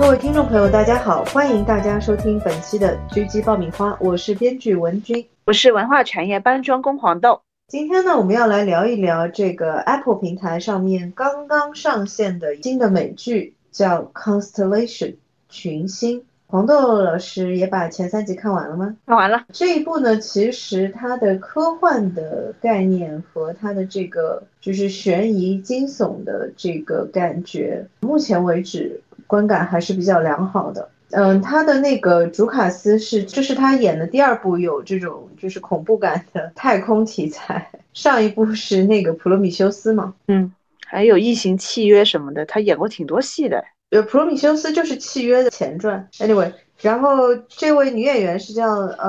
各位听众朋友，大家好，欢迎大家收听本期的狙击爆米花，我是编剧文君， 我是文化产业搬砖工黄豆。 今天呢，我们要来聊一聊这个 Apple 平台上面刚刚上线的新的美剧，叫 Constellation 群星。黄豆老师也把前3集看完了吗？ 看完了。 这一部呢，其实它的科幻的概念和它的这个就是悬疑惊悚的这个感觉，目前为止观感还是比较良好的。他的那个主卡斯这是他演的第2部有这种就是恐怖感的太空题材，上一部是那个普罗米修斯嘛。 还有异形契约什么的，他演过挺多戏的。 普罗米修斯就是契约的前传。Anyway，然后这位女演员是叫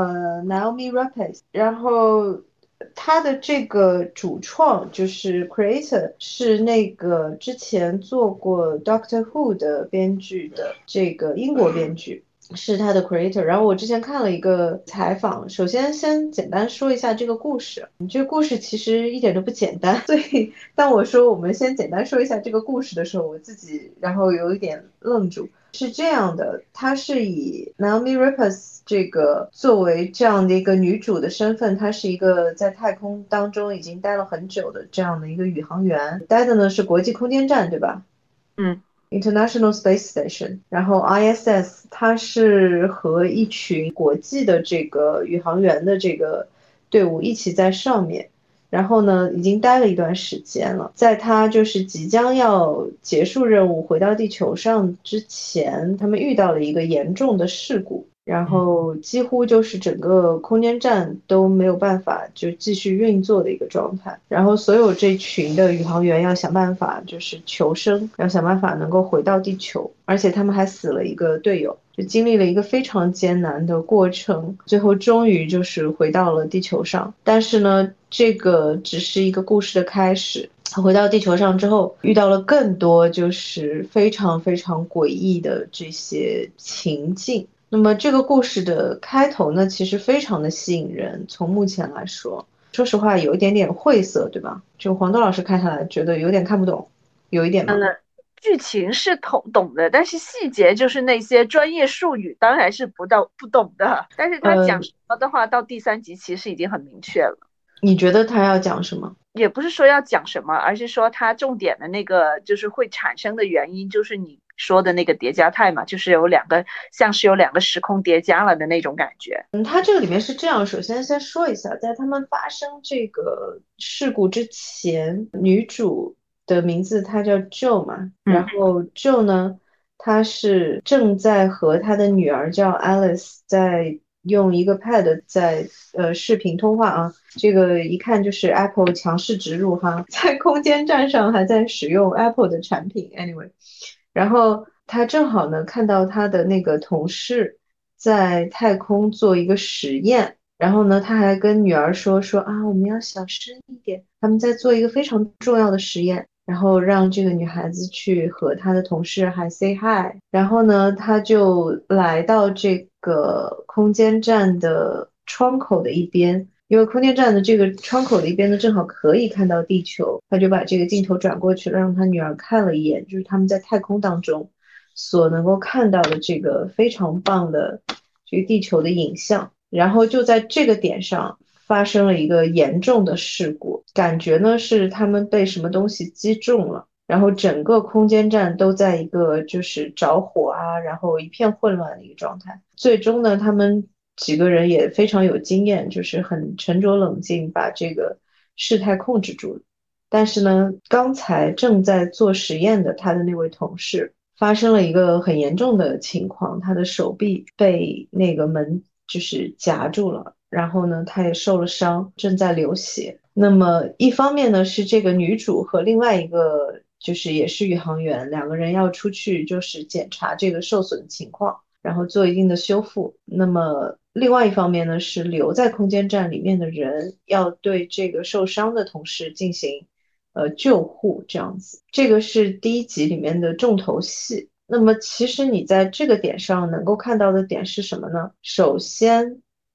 Naomi Rapace，然后她的这个主创就是 creator 是那个之前做过 Doctor Who 的编剧的这个英国编剧。是他的 creator，然后我之前看了一个采访，首先先简单说一下这个故事。这个故事其实一点都不简单，所以当我说我们先简单说一下这个故事的时候，我自己然后有一点愣住。是这样的，她是以 Naomi Rapace 这个作为这样的一个女主的身份，她是一个在太空当中已经待了很久的这样的一个宇航员，待的呢是国际空间站，对吧嗯 ？International Space Station，然后 ISS，它是和一群国际的这个宇航员的这个队伍一起在上面，然后呢，已经待了一段时间了。在他就是即将要结束任务回到地球上之前，他们遇到了一个严重的事故。然后几乎就是整个空间站都没有办法就继续运作的一个状态，然后所有这群的宇航员要想办法就是求生，要想办法能够回到地球，而且他们还死了一个队友，就经历了一个非常艰难的过程，最后终于就是回到了地球上。但是呢，这个只是一个故事的开始。他回到地球上之后，遇到了更多就是非常非常诡异的这些情境。那么这个故事的开头呢，其实非常的吸引人。从目前来说，说实话有一点点晦涩，对吧？就黄豆老师看下来觉得有点看不懂，有一点吗？ 嗯，剧情是懂的，但是细节就是那些专业术语，当然是不懂的。但是他讲呃， 什么的话，到第3集其实已经很明确了。 你觉得他要讲什么？ 也不是说要讲什么，而是说它重点的那个就是会产生的原因，就是你说的那个叠加态嘛，就是像是有两个时空叠加了的那种感觉。 它这个里面是这样，首先先说一下，在他们发生这个事故之前，女主的名字她叫 Joe 嘛，然嗯后 Joe 呢，她是正在和她的女儿叫 Alice 在用一个 pad 在视频通话啊，这个一看就是 Apple 强势植入哈，在空间站上还在使用 Apple 的产品，anyway。然后他正好呢看到他的那个同事在太空做一个实验，然后呢他还跟女儿说啊，我们要小声一点，他们在做一个非常重要的实验，然后让这个女孩子去和她的同事还 say hi，然后呢他就来到这个空间站的窗口的一边。因为空间站的这个窗口的一边呢，正好可以看到地球，他就把这个镜头转过去了，让他女儿看了一眼，就是他们在太空当中所能够看到的这个非常棒的这个地球的影像。然后就在这个点上发生了一个严重的事故，感觉呢是他们被什么东西击中了。然后整个空间站都在一个就是着火啊，然后一片混乱的一个状态。最终呢，他们几个人也非常有经验，就是很沉着冷静，把这个事态控制住了。但是呢，刚才正在做实验的他的那位同事发生了一个很严重的情况，他的手臂被那个门就是夹住了，然后呢，他也受了伤，正在流血。那么一方面呢，是这个女主和另外一个就是也是宇航员，两个人要出去就是检查这个受损的情况，然后做一定的修复。那么另外一方面呢，是留在空间站里面的人要对这个受伤的同事进行救护，这样子。这个是第一集里面的重头戏。那么其实你在这个点上能够看到的点是什么呢？首先，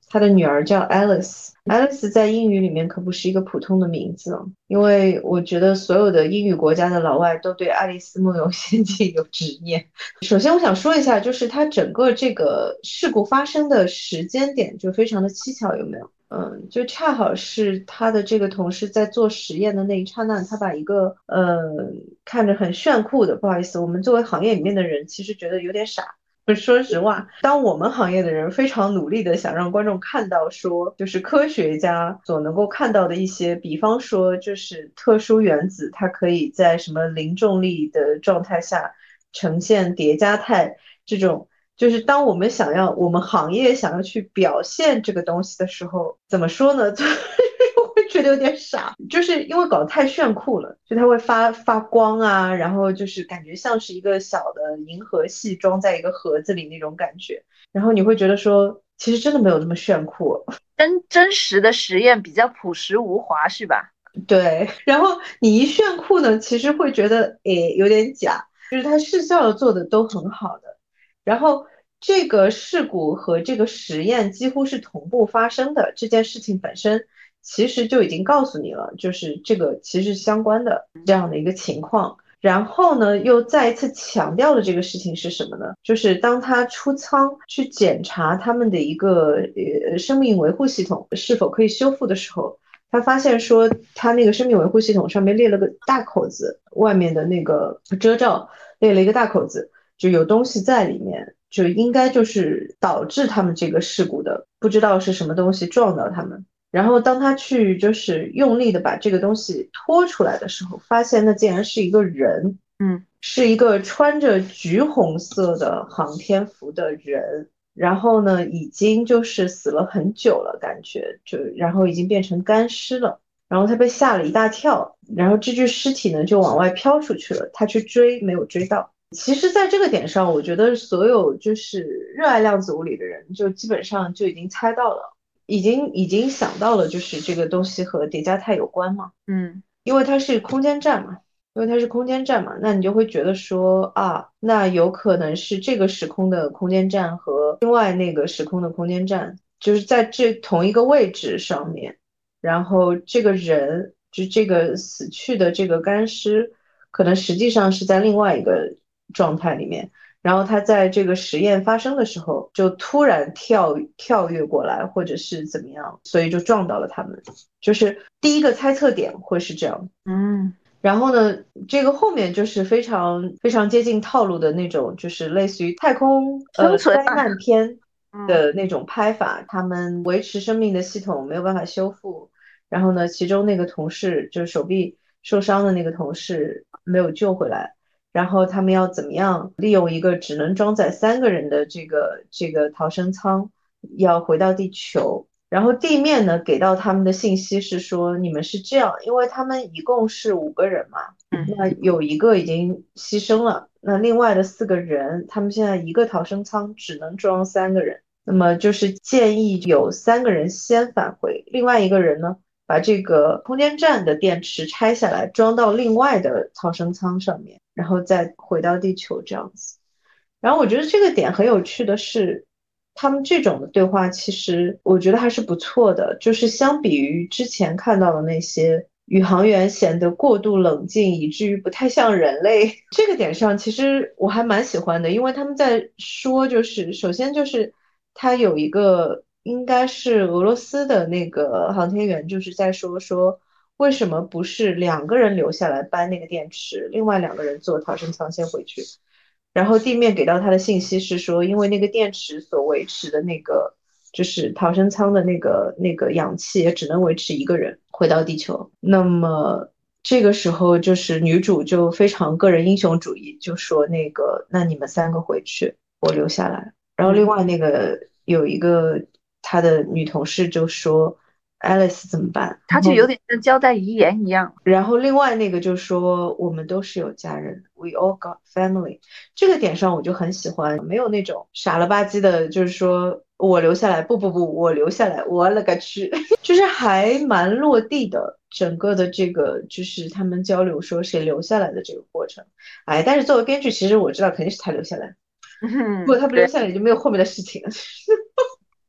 他的女儿叫 Alice。Alice 在英语里面可不是一个普通的名字啊，因为我觉得所有的英语国家的老外都对《爱丽丝梦游仙境》有执念。首先，我想说一下，就是它整个这个事故发生的时间点就非常的蹊跷，有没有？就恰好是他的这个同事在做实验的那一刹那，他把一个看着很炫酷的，不好意思，我们作为行业里面的人，其实觉得有点傻。说实话，当我们行业的人非常努力的想让观众看到说，就是科学家所能够看到的一些，比方说就是特殊原子，它可以在什么零重力的状态下呈现叠加态这种。就是当我们想要，我们行业想要去表现这个东西的时候，怎么说呢？我会觉得有点傻，就是因为搞得太炫酷了，就它会发光啊，然后就是感觉像是一个小的银河系装在一个盒子里那种感觉，然后你会觉得说，其实真的没有那么炫酷。 真实的实验比较朴实无华，是吧？ 对，然后你一炫酷呢，其实会觉得诶有点假，就是它视效做的都很好的。然后这个事故和这个实验几乎是同步发生的，这件事情本身其实就已经告诉你了，就是这个其实是相关的这样的一个情况。然后呢，又再一次强调了这个事情是什么呢？就是当他出舱去检查他们的一个生命维护系统是否可以修复的时候，他发现说他那个生命维护系统上面裂了个大口子，外面的那个遮罩裂了一个大口子。就有东西在里面，就应该就是导致他们这个事故的，不知道是什么东西撞到他们。然后当他去就是用力的把这个东西拖出来的时候，发现那竟然是一个人， 嗯， 是一个穿着橘红色的航天服的人。然后呢，已经就是死了很久了，感觉就然后已经变成干尸了。然后他被吓了一大跳，然后这具尸体呢就往外飘出去了，他去追没有追到。其实，在这个点上，我觉得所有就是热爱量子物理的人，就基本上就已经猜到了，已经想到了，就是这个东西和叠加态有关嘛， 嗯， 因为它是空间站嘛，因为它是空间站嘛，那你就会觉得说啊，那有可能是这个时空的空间站和另外那个时空的空间站，就是在这同一个位置上面，然后这个人就这个死去的这个干尸，可能实际上是在另外一个状态里面。然后他在这个实验发生的时候，就突然跳跃过来，或者是怎么样，所以就撞到了他们。就是第一个猜测点会是这样。 嗯， 然后呢，这个后面就是非常非常接近套路的那种，就是类似于太空灾生存嘛， 难片嗯， 的那种拍法，他们维持生命的系统没有办法修复，然后呢，其中那个同事就是手臂受伤的那个同事没有救回来，然后他们要怎么样利用一个只能装载3个人的这个逃生舱，要回到地球。然后地面呢给到他们的信息是说，你们是这样，因为他们一共是5个人嘛，那嗯， 有一个已经牺牲了，那另外的4个人，他们现在一个逃生舱只能装3个人，那么就是建议有3个人先返回，另外一个人呢，把这个空间站的电池拆下来装到另外的逃生舱上面，然后再回到地球这样子。然后我觉得这个点很有趣的是，他们这种的对话，其实我觉得还是不错的。就是相比于之前看到的那些宇航员显得过度冷静，以至于不太像人类，这个点上，其实我还蛮喜欢的，因为他们在说，就是首先就是他有一个应该是俄罗斯的那个航天员，就是在说为什么不是2个人留下来搬那个电池，另外2个人坐逃生舱先回去。然后地面给到他的信息是说，因为那个电池所维持的那个就是逃生舱的那个氧气也只能维持1个人回到地球。那么这个时候就是女主就非常个人英雄主义，就说那个那你们3个回去，我留下来。然后另嗯， 外那个有一个他的女同事就说 Alice 怎么办？然后他就有点像交代遗言一样。 另外那个就说我们都是有家人，We all got family。这个点上我就很喜欢，没有那种傻了吧唧的，就是说我留下来，不不不，我留下来，我勒个去，就是还蛮落地的。整个的这个就是他们交流说谁留下来的这个过程，哎，但是作为编剧，其实我知道肯定是他留下来，如果嗯，对， 他不留下来，也就没有后面的事情了。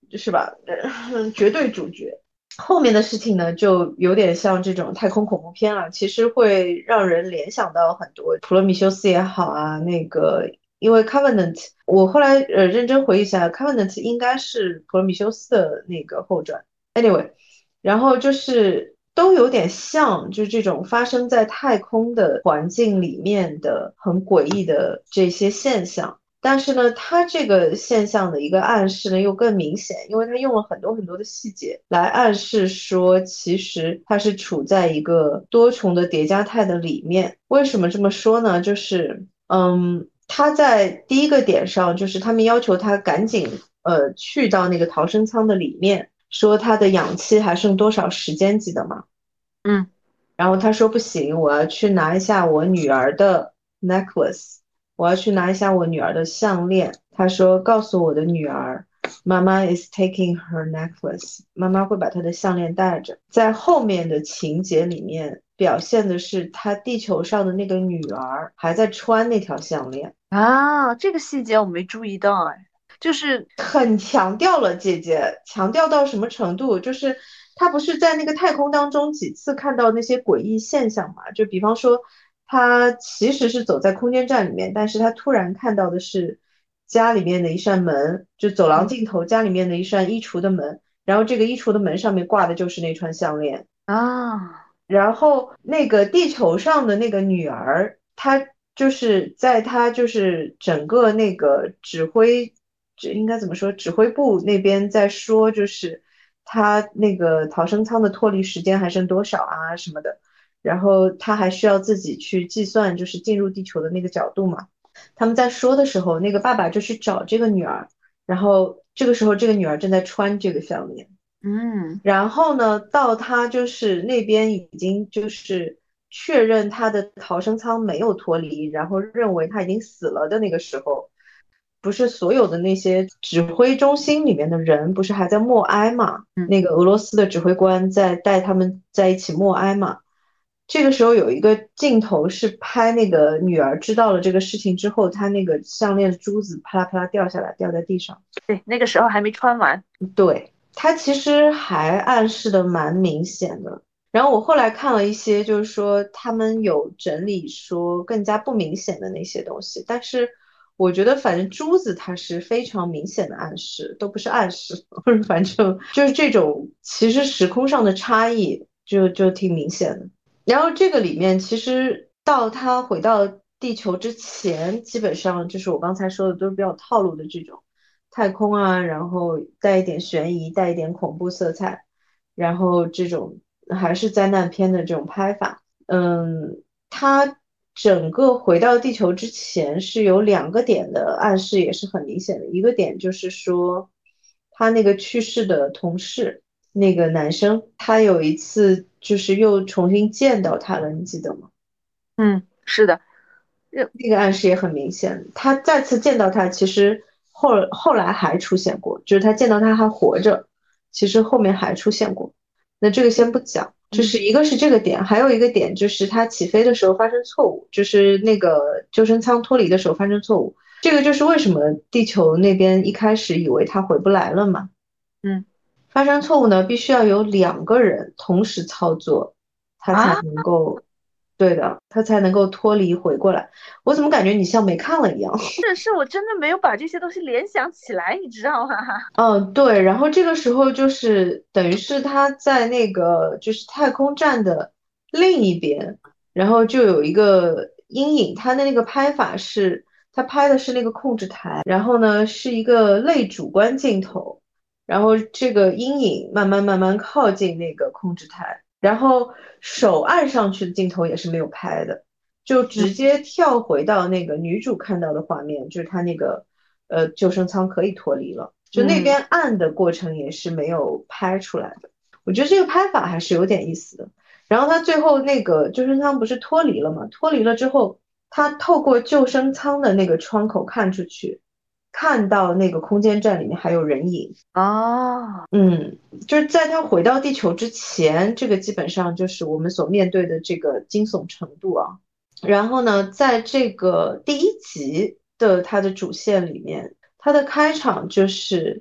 是吧？绝对主角。后面的事情呢，就有点像这种太空恐怖片了，其实会让人联想到很多普罗米修斯也好啊，那个因为 Covenant，我后来认真回忆一下，Covenant 应该是普罗米修斯的那个后传。Anyway，然后就是都有点像，就是这种发生在太空的环境里面的很诡异的这些现象。但是呢，它这个现象的一个暗示呢又更明显，因为它用了很多很多的细节来暗示说，其实它是处在一个多重的叠加态的里面。为什么这么说呢？就是他在第一个点上，就是他们要求他赶紧去到那个逃生舱的里面，说他的氧气还剩多少时间，记得吗？ 嗯然后他说不行，我要去拿一下我女儿的 necklace，我要去拿一下我女儿的项链。他说告诉我的女儿，妈妈 is taking her necklace，妈妈会把她的项链带着。在后面的情节里面表现的是他地球上的那个女儿还在穿那条项链。 啊，这个细节我没注意到，哎，就是很强调了姐姐，强调到什么程度？就是他不是在那个太空当中几次看到那些诡异现象嘛？就比方说，他其实是走在空间站里面，但是他突然看到的是家里面的一扇门，就走廊尽头家里面的一扇衣橱的门，然后这个衣橱的门上面挂的就是那串项链。 啊， 然后那个地球上的那个女儿，她就是在她就是整个那个应该怎么说，指挥部那边在说，就是她那个逃生舱的脱离时间还剩多少啊什么的，然后她还需要自己去计算，就是进入地球的那个角度嘛。他们在说的时候，那个爸爸就去找这个女儿，然后这个时候这个女儿正在穿这个项链。 嗯然后呢，到他就是那边已经就是确认他的逃生舱没有脱离，然后认为他已经死了的那个时候，不是所有的那些指挥中心里面的人不是还在默哀嘛？ 嗯那个俄罗斯的指挥官在带他们在一起默哀嘛？这个时候有一个镜头是拍那个女儿知道了这个事情之后，她那个项链的珠子啪啦啪啦掉下来，掉在地上。 对，那个时候还没穿完。 对，它其实还暗示的蛮明显的。然后我后来看了一些，就是说他们有整理说更加不明显的那些东西，但是我觉得反正珠子它是非常明显的暗示，都不是暗示，或者反正就是这种其实时空上的差异就挺明显的。然后这个里面其实到他回到地球之前，基本上就是我刚才说的都是比较套路的这种。太空啊，然后带一点悬疑，带一点恐怖色彩，然后这种还是灾难片的这种拍法。它整个回到地球之前是有两个点的暗示，也是很明显的。一个点就是说，他那个去世的同事，那个男生，他有一次就是又重新见到他了，你记得吗？ 嗯，是的， 那个暗示也很明显，他再次见到他，其实后来还出现过，就是他见到他还活着，其实后面还出现过。那这个先不讲，就嗯是一个是这个点，还有一个点就是他起飞的时候发生错误，就是那个救生舱脱离的时候发生错误。这个就是为什么地球那边一开始以为他回不来了嘛。 嗯发生错误呢，必须要有两个人同时操作，他才啊， 能够，对的，他才能够脱离回过来。我怎么感觉你像没看了一样？ 是我真的没有把这些东西联想起来，你知道吗？ 嗯，对。然后这个时候就是等于是他在那个就是太空站的另一边，然后就有一个阴影，他的那个拍法是，他拍的是那个控制台，然后呢是一个类主观镜头。然后这个阴影慢慢慢慢靠近那个控制台，然后手按上去的镜头也是没有拍的，就直接跳回到那个女主看到的画面，就是她那个救生舱可以脱离了，就那嗯边按的过程也是没有拍出来的。我觉得这个拍法还是有点意思的。然后他最后那个救生舱不是脱离了吗？脱离了之后，他透过救生舱的那个窗口看出去，看到那个空间站里面还有人影。 哦， 嗯，就是在他回到地球之前，这个基本上就是我们所面对的这个惊悚程度啊。然后呢，在这个第一集的它的主线里面，它的开场就是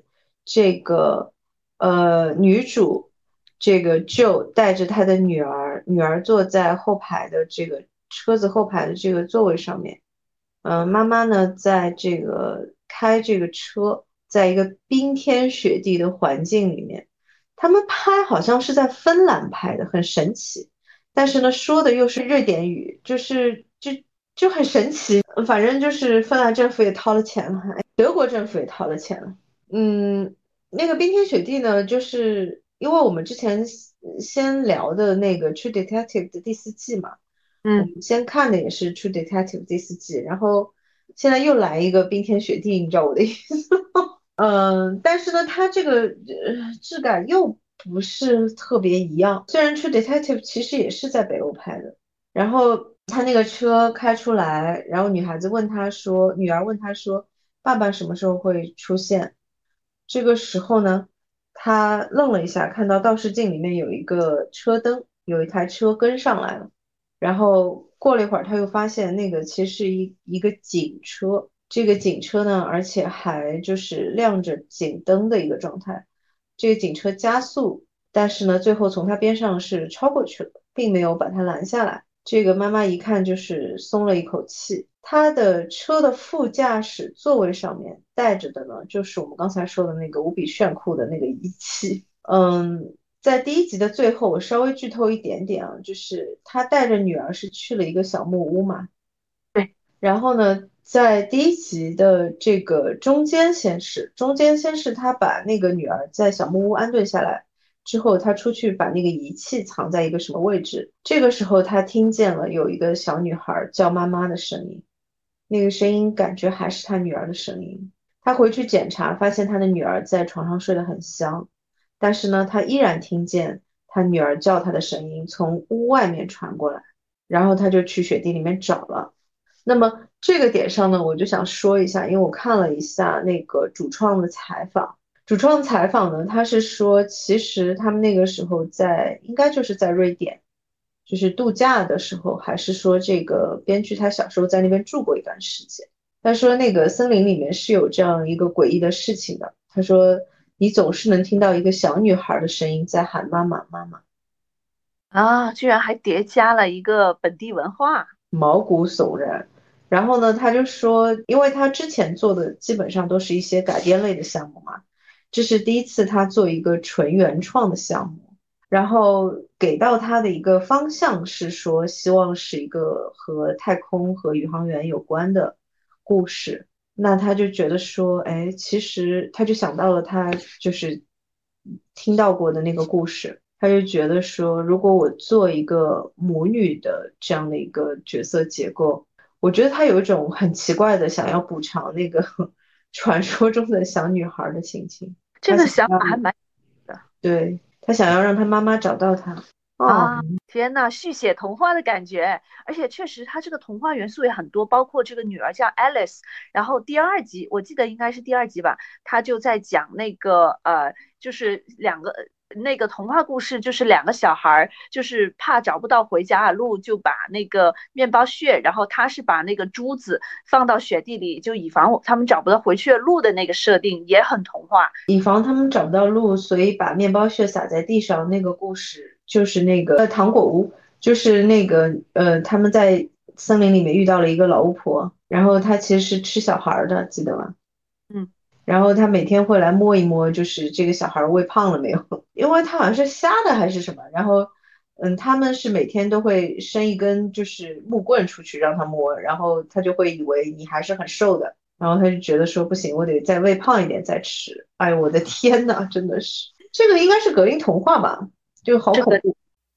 这个女主这个 Jo 带着她的女儿，女儿坐在后排的这个车子后排的这个座位上面，妈妈呢在这个开这个车，在一个冰天雪地的环境里面，他们拍好像是在芬兰拍的，很神奇。但是呢，说的又是瑞典语，就很神奇。反正就是芬兰政府也掏了钱了，哎德国政府也掏了钱了。嗯，那个冰天雪地呢，就是因为我们之前先聊的那个《True Detective》的第四季嘛，我嗯。 们先看的也是《True Detective》第四季，然后现在又来一个冰天雪地，你知道我的意思。但是呢，它这个质感又不是特别一样。虽然《True Detective》其实也是在北欧拍的，然后他那个车开出来，然后女孩子问他说，女儿问他说，爸爸什么时候会出现？这个时候呢，他愣了一下，看到倒视镜里面有一个车灯，有一台车跟上来了。然后过了一会儿，他又发现那个其实是一个警车，这个警车呢，而且还就是亮着警灯的一个状态。这个警车加速，但是呢，最后从他边上是超过去了，并没有把他拦下来。这个妈妈一看就是松了一口气。他的车的副驾驶座位上面带着的呢，就是我们刚才说的那个无比炫酷的那个仪器。在第一集的最后，我稍微剧透一点点啊，就是他带着女儿是去了一个小木屋嘛， 对。 然后呢，在第一集的这个中间先是他把那个女儿在小木屋安顿下来之后，他出去把那个仪器藏在一个什么位置，这个时候他听见了有一个小女孩叫妈妈的声音，那个声音感觉还是他女儿的声音。他回去检查，发现他的女儿在床上睡得很香，但是呢，他依然听见他女儿叫他的声音从屋外面传过来，然后他就去雪地里面找了。那么这个点上呢，我就想说一下，因为我看了一下那个主创的采访，主创采访呢，他是说，其实他们那个时候在，应该就是在瑞典，就是度假的时候，还是说这个编剧他小时候在那边住过一段时间。他说那个森林里面是有这样一个诡异的事情的。他说你总是能听到一个小女孩的声音在喊妈妈妈妈， 啊，居然还叠加了一个本地文化。 毛骨悚然。然后呢，他就说，因为他之前做的基本上都是一些改编类的项目嘛，这是第一次他做一个纯原创的项目。然后给到他的一个方向是说，希望是一个和太空和宇航员有关的故事。那他就觉得说，哎，其实他就想到了他就是听到过的那个故事，他就觉得说，如果我做一个母女的这样的一个角色结构，我觉得他有一种很奇怪的想要补偿那个传说中的小女孩的心情， 这个想法还蛮有的。 对，他想要让他妈妈找到他。哦， 啊！天呐，续写童话的感觉，而且确实，它这个童话元素也很多，包括这个女儿叫 Alice，然后第二集我记得应该是第二集吧，他就在讲那个就是两个那个童话故事，就是两个小孩儿，就是怕找不到回家的路，就把那个面包屑，然后他是把那个珠子放到雪地里，就以防他们找不到回去的路的那个设定也很童话。 以防他们找不到路，所以把面包屑撒在地上。那个故事就是那个糖果屋，就是那个他们在森林里面遇到了一个老巫婆，然后她其实是吃小孩儿的，记得吗？ 嗯。 然后她每天会来摸一摸，就是这个小孩儿喂胖了没有，因为他好像是瞎的还是什么。然后他们是每天都会伸一根就是木棍出去让他摸，然后他就会以为你还是很瘦的。然后他就觉得说不行，我得再喂胖一点再吃。哎呦，我的天呐，真的是，这个应该是格林童话吧？就好这个恐怖。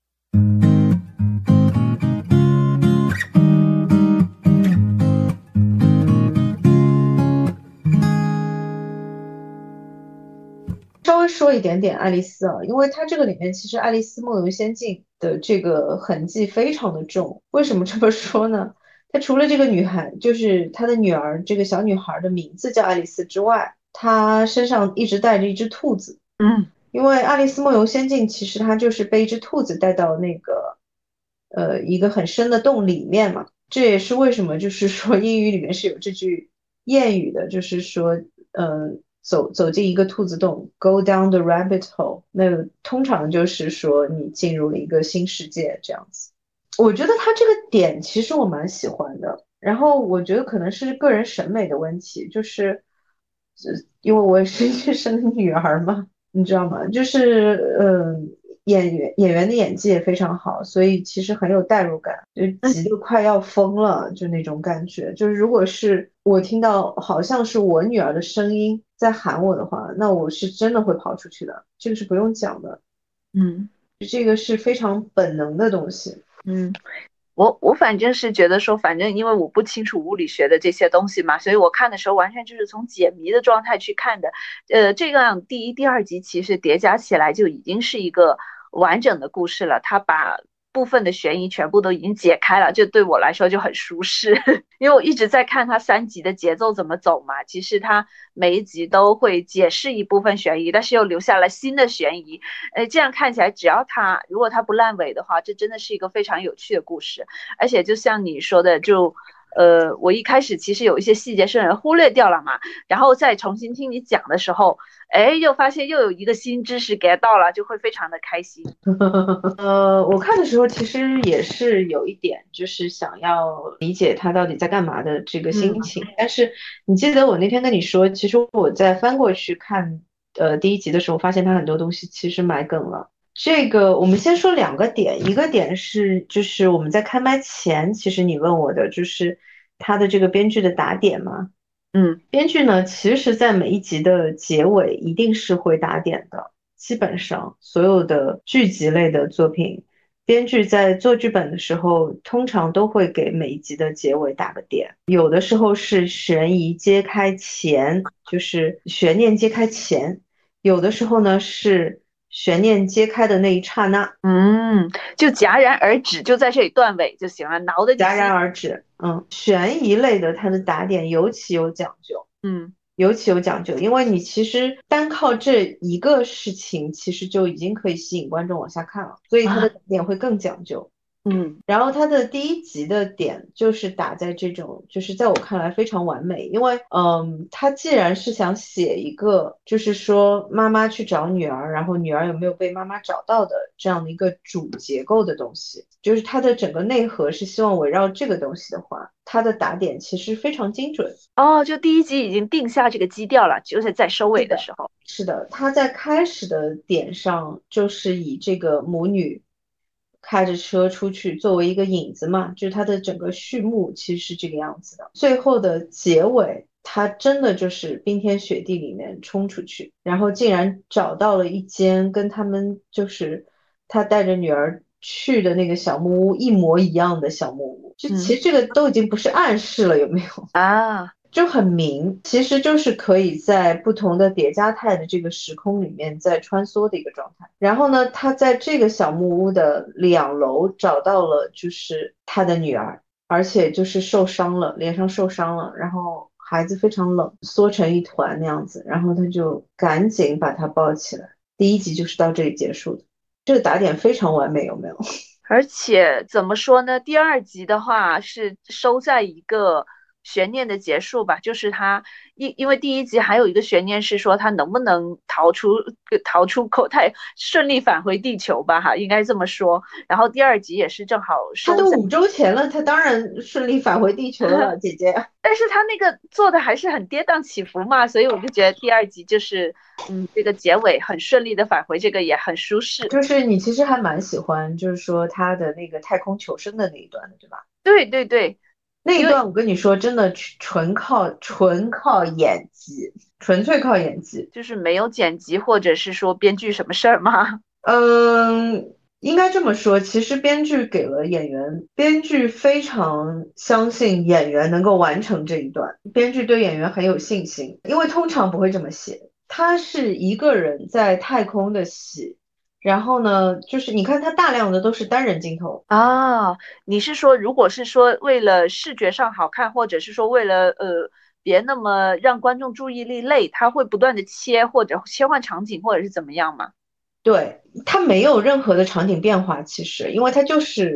稍微说一点点爱丽丝啊，因为它这个里面其实《爱丽丝梦游仙境》的这个痕迹非常的重。为什么这么说呢？它除了这个女孩，就是她的女儿，这个小女孩的名字叫爱丽丝之外，她身上一直带着一只兔子。 嗯。 因为《爱丽丝梦游仙境》其实它就是被一只兔子带到那个一个很深的洞里面嘛。这也是为什么就是说英语里面是有这句谚语的，就是说走进一个兔子洞，go down the rabbit hole，那个通常就是说你进入了一个新世界这样子。我觉得他这个点其实我蛮喜欢的，然后我觉得可能是个人审美的问题，就是因为我也是医生的女儿嘛，你知道吗？就是演员的演技也非常好，所以其实很有代入感，就急得快要疯了，就那种感觉。就是如果是我听到好像是我女儿的声音在喊我的话，那我是真的会跑出去的，这个是不用讲的， 嗯这个是非常本能的东西。 嗯。我反正是觉得说，反正因为我不清楚物理学的这些东西嘛，所以我看的时候完全就是从解谜的状态去看的。这样第一、第二集其实叠加起来就已经是一个完整的故事了，它把部分的悬疑全部都已经解开了，就对我来说就很舒适，因为我一直在看它3集的节奏怎么走嘛。其实它每一集都会解释一部分悬疑，但是又留下了新的悬疑。这样看起来，只要它如果它不烂尾的话，这真的是一个非常有趣的故事。而且就像你说的，我一开始其实有一些细节是忽略掉了嘛，然后再重新听你讲的时候，又发现又有一个新知识 get 到了，就会非常的开心。 我看的时候其实也是有一点，就是想要理解他到底在干嘛的这个心嗯情。但是你记得我那天跟你说，其实我在翻过去看第一集的时候，发现他很多东西其实埋梗了。这个我们先说2个点，一个点是就是我们在开麦前，其实你问我的就是他的这个编剧的打点嘛。 嗯编剧呢，其实在每一集的结尾一定是会打点的。基本上所有的剧集类的作品，编剧在做剧本的时候，通常都会给每一集的结尾打个点。有的时候是悬疑揭开前，就是悬念揭开前；有的时候呢是悬念揭开的那一刹那， 嗯，就戛然而止，就在这里断尾就行了，挠得你戛然心。 而止。悬疑类的它的打点尤其有讲究。 嗯尤其有讲究，因为你其实单靠这一个事情，其实就已经可以吸引观众往下看了，所以它的啊点会更讲究。 嗯然后它的第一集的点就是打在这种，就是在我看来非常完美，因为他既然是想写一个，就是说妈妈去找女儿，然后女儿有没有被妈妈找到的这样的一个主结构的东西，就是它的整个内核是希望围绕这个东西的话，它的打点其实非常精准。 哦，就第一集已经定下这个基调了，就是在收尾的时候。 是的，他在开始的点上就是以这个母女开着车出去作为一个引子嘛，就是它的整个序幕其实是这个样子的。最后的结尾，他真的就是冰天雪地里面冲出去，然后竟然找到了一间跟他们就是他带着女儿去的那个小木屋一模一样的小木屋。就其嗯实这个都已经不是暗示了，有没有？ 啊。 就很明，其实就是可以在不同的叠加态的这个时空里面在穿梭的一个状态。然后呢，他在这个小木屋的2楼找到了就是他的女儿，而且就是受伤了，脸上受伤了，然后孩子非常冷，缩成一团那样子，然后他就赶紧把她抱起来。第一集就是到这里结束的，这个打点非常完美，有没有？ 而且怎么说呢？第二集的话是收在一个悬念的结束吧，就是他因为第一集还有一个悬念是说他能不能逃出口袋，顺利返回地球吧，哈，应该这么说。然后第二集也是正好收在， 他都5周前了，他当然顺利返回地球了，姐姐。 但是他那个做的还是很跌宕起伏嘛，所以我就觉得第二集就是这个结尾很顺利的返回，这个也很舒适。 就是你其实还蛮喜欢，就是说他的那个太空求生的那一段的，对吧？ 对对对，因为那一段我跟你说，真的纯靠演技，纯粹靠演技。 就是没有剪辑或者是说编剧什么事儿吗？ 应该这么说，其实编剧给了演员，编剧非常相信演员能够完成这一段，编剧对演员很有信心，因为通常不会这么写。他是一个人在太空的戏，然后呢，就是你看他大量的都是单人镜头。 啊，你是说，如果是说为了视觉上好看，或者是说为了别那么让观众注意力累，他会不断的切或者切换场景，或者是怎么样吗？ 对，它没有任何的场景变化，其实，因为它就是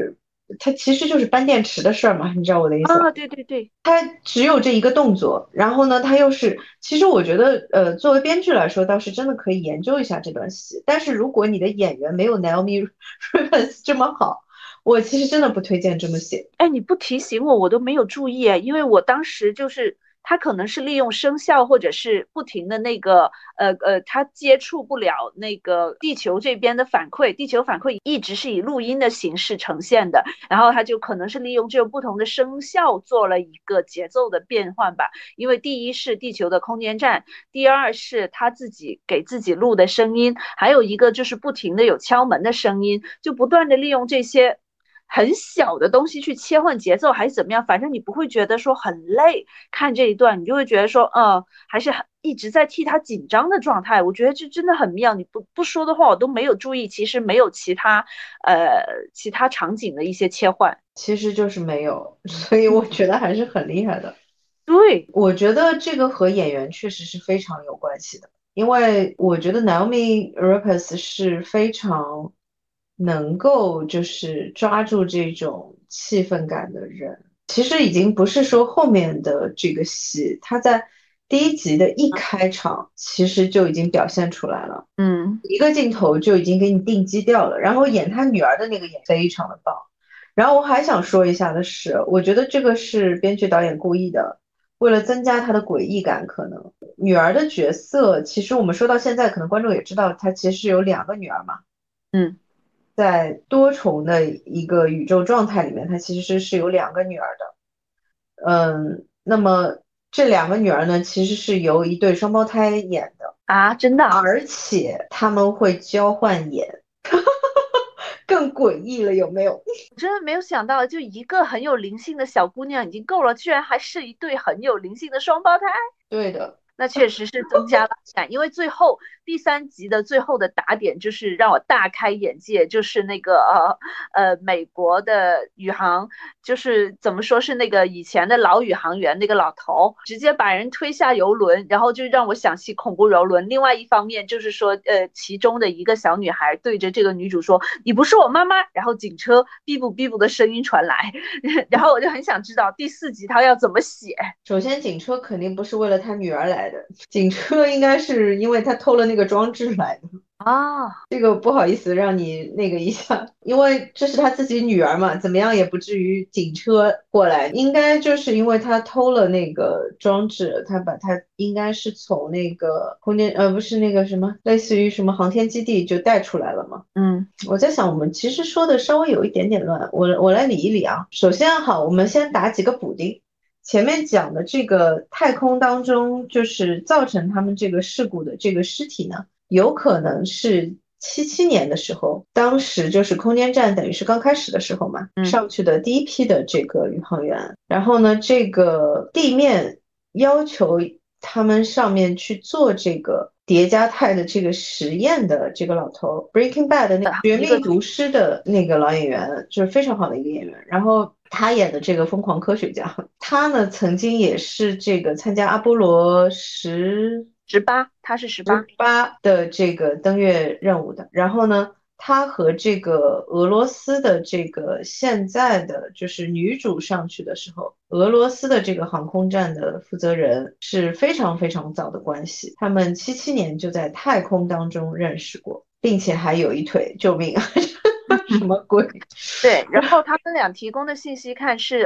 它其实就是搬电池的事儿嘛，你知道我的意思？ 啊，对对对。 只有这一个动作，然后呢，他又是，其实我觉得，作为编剧来说，倒是真的可以研究一下这段戏。但是如果你的演员没有 Naomi Rivers 这么好，我其实真的不推荐这么写。 哎，你不提醒我，我都没有注意哎，因为我当时就是他可能是利用声效，或者是不停的那个他接触不了那个地球这边的反馈，地球反馈一直是以录音的形式呈现的，然后他就可能是利用这种不同的声效做了一个节奏的变换吧。因为第一是地球的空间站，第二是他自己给自己录的声音，还有一个就是不停的有敲门的声音，就不断的利用这些很小的东西去切换节奏，还是怎么样？反正你不会觉得说很累，看这一段你就会觉得说，还是很一直在替他紧张的状态。我觉得这真的很妙，你不说的话，我都没有注意，其实没有其他场景的一些切换。 其实就是没有，所以我觉得还是很厉害的。 对。 我觉得这个和演员确实是非常有关系的，因为我觉得 Naomi Rapace 是非常能够就是抓住这种气氛感的人。其实已经不是说后面的这个戏，他在第一集的一开场其实就已经表现出来了， 嗯。 一个镜头就已经给你定基调了，然后演他女儿的那个演非常的棒。然后我还想说一下的是，我觉得这个是编剧导演故意的，为了增加他的诡异感，可能女儿的角色，其实我们说到现在，可能观众也知道，她其实有两个女儿嘛， 嗯。 在多重的一个宇宙状态里面，她其实是有两个女儿的。那么这两个女儿呢，其实是由一对双胞胎演的， 啊，真的啊。 而且他们会交换演，更诡异了，有没有？ 我真的没有想到，就一个很有灵性的小姑娘已经够了，居然还是一对很有灵性的双胞胎。 对的。 那确实是增加了感，因为最后第三集的最后的打点就是让我大开眼界，就是那个美国的宇航，就是怎么说是那个以前的老宇航员那个老头，直接把人推下游轮，然后就让我想起恐怖游轮。另外一方面就是说，其中的一个小女孩对着这个女主说：“你不是我妈妈。”然后警车哔啵哔啵的声音传来，然后我就很想知道第四集他要怎么写。 首先，警车肯定不是为了他女儿来的，警车应该是因为他偷了那个装置来的。 啊。 这个不好意思让你那个一下，因为这是他自己女儿嘛，怎么样也不至于警车过来，应该就是因为他偷了那个装置，他把他应该是从那个空间，不是那个什么，类似于什么航天基地就带出来了嘛。 嗯。 我在想，我们其实说的稍微有一点点乱，我来理一理啊。首先好，我们先打几个补丁。前面讲的这个太空当中，就是造成他们这个事故的这个尸体呢，有可能是77年的时候，当时就是空间站等于是刚开始的时候嘛， 嗯。 上去的第一批的这个宇航员，然后呢，这个地面要求他们上面去做这个叠加态的这个实验的这个老头，Breaking Bad 的那个绝一个命毒师的那个老演员，就是非常好的一个演员，然后他演的这个疯狂科学家，他呢曾经也是这个参加阿波罗 18，他是18。 18的这个登月任务的。然后呢，他和这个俄罗斯的这个现在的就是女主上去的时候，俄罗斯的这个航空站的负责人是非常非常早的关系，他们77年就在太空当中认识过，并且还有一腿，救命啊！什么鬼？ 对，然后他们俩提供的信息看是，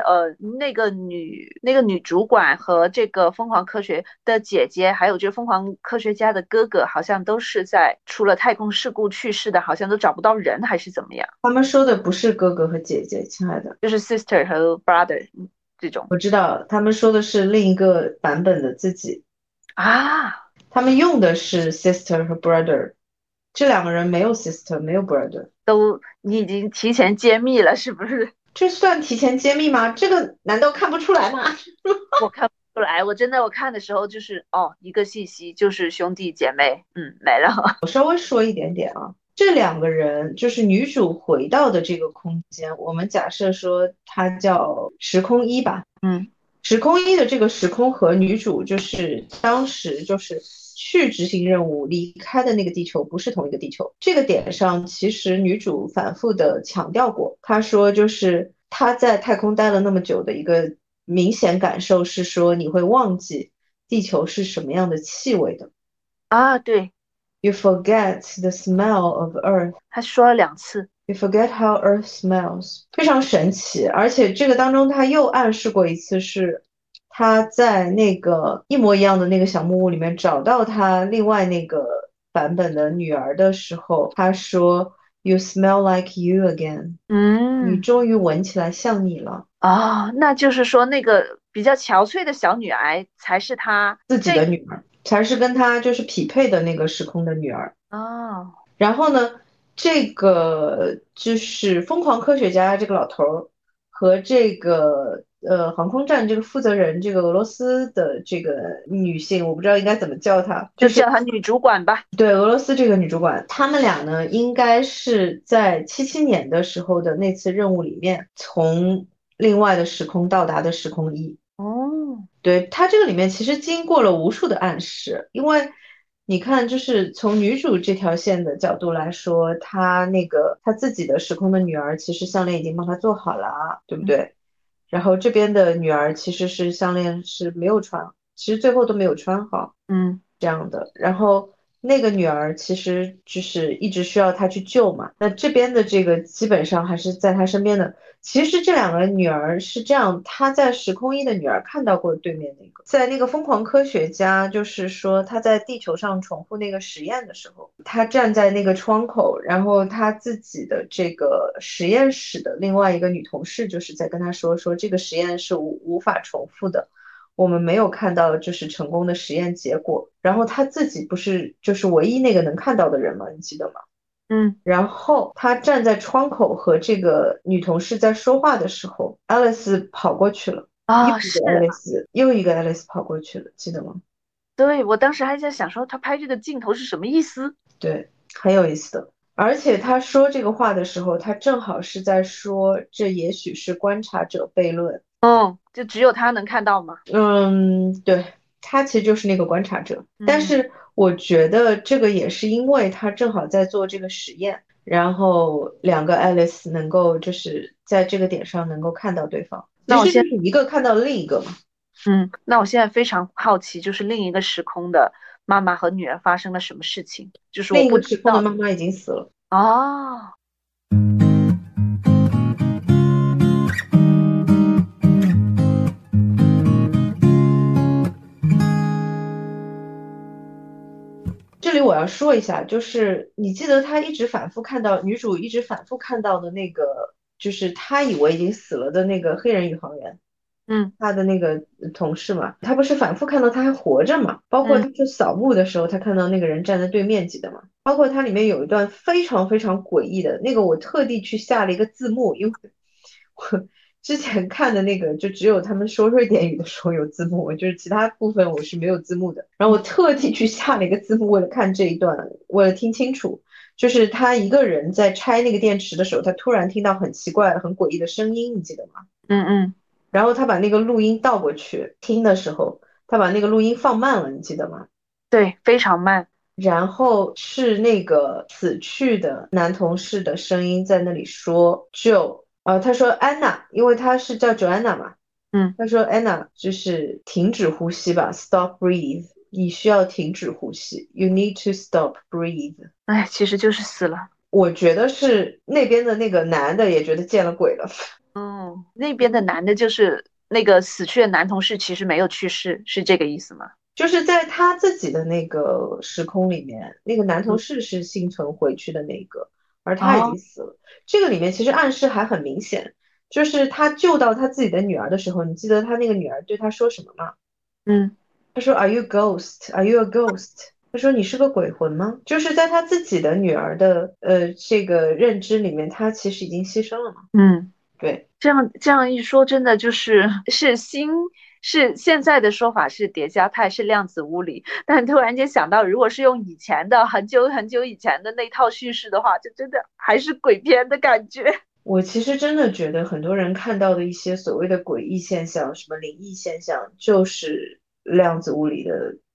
那个女主管和这个疯狂科学的姐姐，还有这个疯狂科学家的哥哥，好像都是在出了太空事故去世的，好像都找不到人，还是怎么样？ 他们说的不是哥哥和姐姐，亲爱的， 就是 sister 和 brother 这种。 我知道他们说的是另一个版本的自己。 啊。 他们用的是 sister 和 brother，这两个人没有 sister，没有 brother， 你已经提前揭秘了，是不是？ 这算提前揭秘吗？这个难道看不出来吗？ 我看不出来，我看的时候就是一个信息就是兄弟姐妹，没了。 我稍微说一点点啊，这两个人就是女主回到的这个空间，我们假设说它叫时空一吧。 嗯。 时空一的这个时空和女主就是当时就是去执行任务离开的那个地球不是同一个地球。这个点上，其实女主反复的强调过，她说就是她在太空待了那么久的一个明显感受是说，你会忘记地球是什么样的气味的。 啊，对， You forget the smell of Earth. 他说了2次。 You forget how Earth smells. 非常神奇，而且这个当中他又暗示过一次是。他在那个一模一样的那个小木屋里面找到他另外那个版本的女儿的时候，他说 "You smell like you again." 你嗯， 终于闻起来像你了， 哦，那就是说那个比较憔悴的小女孩才是他自己的这。 女儿才是跟他就是匹配的那个时空的女儿。 哦， 然后呢，这个就是疯狂科学家这个老头儿和这个航空站这个负责人，这个俄罗斯的这个女性，我不知道应该怎么叫她， 就就是叫她女主管吧。 对俄罗斯这个女主管，他们俩呢应该是在77年的时候的那次任务里面，从另外的时空到达的时空一。 哦， 对，它这个里面其实经过了无数的暗示，因为你看，就是从女主这条线的角度来说，她那个她自己的时空的女儿，其实项链已经帮她做好了啊，对不嗯对？然后这边的女儿其实是项链是没有穿，其实最后都没有穿好。 嗯这样的。然后那个女儿其实就是一直需要他去救嘛，那这边的这个基本上还是在他身边的。其实这两个女儿是这样，她在时空一的女儿看到过对面那个，在那个疯狂科学家，就是说他在地球上重复那个实验的时候，他站在那个窗口，然后他自己的这个实验室的另外一个女同事就是在跟他说这个实验是无法重复的。我们没有看到就是成功的实验结果，然后他自己不是就是唯一那个能看到的人吗？你记得吗？ 嗯， 然后他站在窗口和这个女同事在说话的时候，爱丽丝跑过去了，又啊， 一是， 个爱丽丝，又一个爱丽丝跑过去了，记得吗？ 对，我当时还在想说他拍这个镜头是什么意思。 对，很有意思的。而且他说这个话的时候，他正好是在说这也许是观察者悖论。 嗯，就只有他能看到吗？ 嗯，对，他其实就是那个观察者，但嗯， 是我觉得这个也是因为他正好在做这个实验，然后两个爱丽丝能够就是在这个点上能够看到对方，其那我现实就是一个看到另一个嘛。 那我现在非常好奇，就是另一个时空的妈妈和女儿发生了什么事情，就是我不另一个时空的知道的。 妈妈已经死了。 哦， 这里我要说一下，就是你记得他一直反复看到女主一直反复看到的那个，就是他以为已经死了的那个黑人宇航员。 嗯他的那个同事嘛，他不是反复看到他还活着嘛？包括嗯， 他去扫墓的时候，他看到那个人站在对面，记得吗？包括它里面有一段非常非常诡异的那个，我特地去下了一个字幕，因为我之前看的那个就只有他们说瑞典语的时候有字幕，就是其他部分我是没有字幕的。然后我特地去下了一个字幕，为了看这一段，为了听清楚。就是他一个人在拆那个电池的时候，他突然听到很奇怪、很诡异的声音，你记得吗？ 嗯嗯， 然后他把那个录音倒过去听的时候，他把那个录音放慢了，你记得吗？ 对，非常慢。 然后是那个死去的男同事的声音在那里说 Joe，他说安娜，因为他是叫 Joanna 嘛， 嗯， 他说安娜就是停止呼吸吧，stop breathe，你需要停止呼吸，you need to stop breathe。 哎，其实就是死了。 我觉得是那边的那个男的也觉得见了鬼了。 嗯，那边的男的就是那个死去的男同事，其实没有去世，是这个意思吗？ 就是在他自己的那个时空里面，那个男同嗯， 事是幸存回去的那个，而他已哦， 经死了。这个里面其实暗示还很明显，就是他救到他自己的女儿的时候，你记得他那个女儿对他说什么吗？ 嗯， 他说："Are you ghost? Are you a ghost?" 他说：“你是个鬼魂吗？"就是在他自己的女儿的这个认知里面，他其实已经牺牲了嘛。 嗯。 对。 这样一说，真的是现在的说法是叠加态，是量子物理，但突然间想到，如果是用以前的很久很久以前的那套叙事的话，就真的还是鬼片的感觉。 我其实真的觉得很多人看到的一些所谓的诡异现象，什么灵异现象，就是量子物理的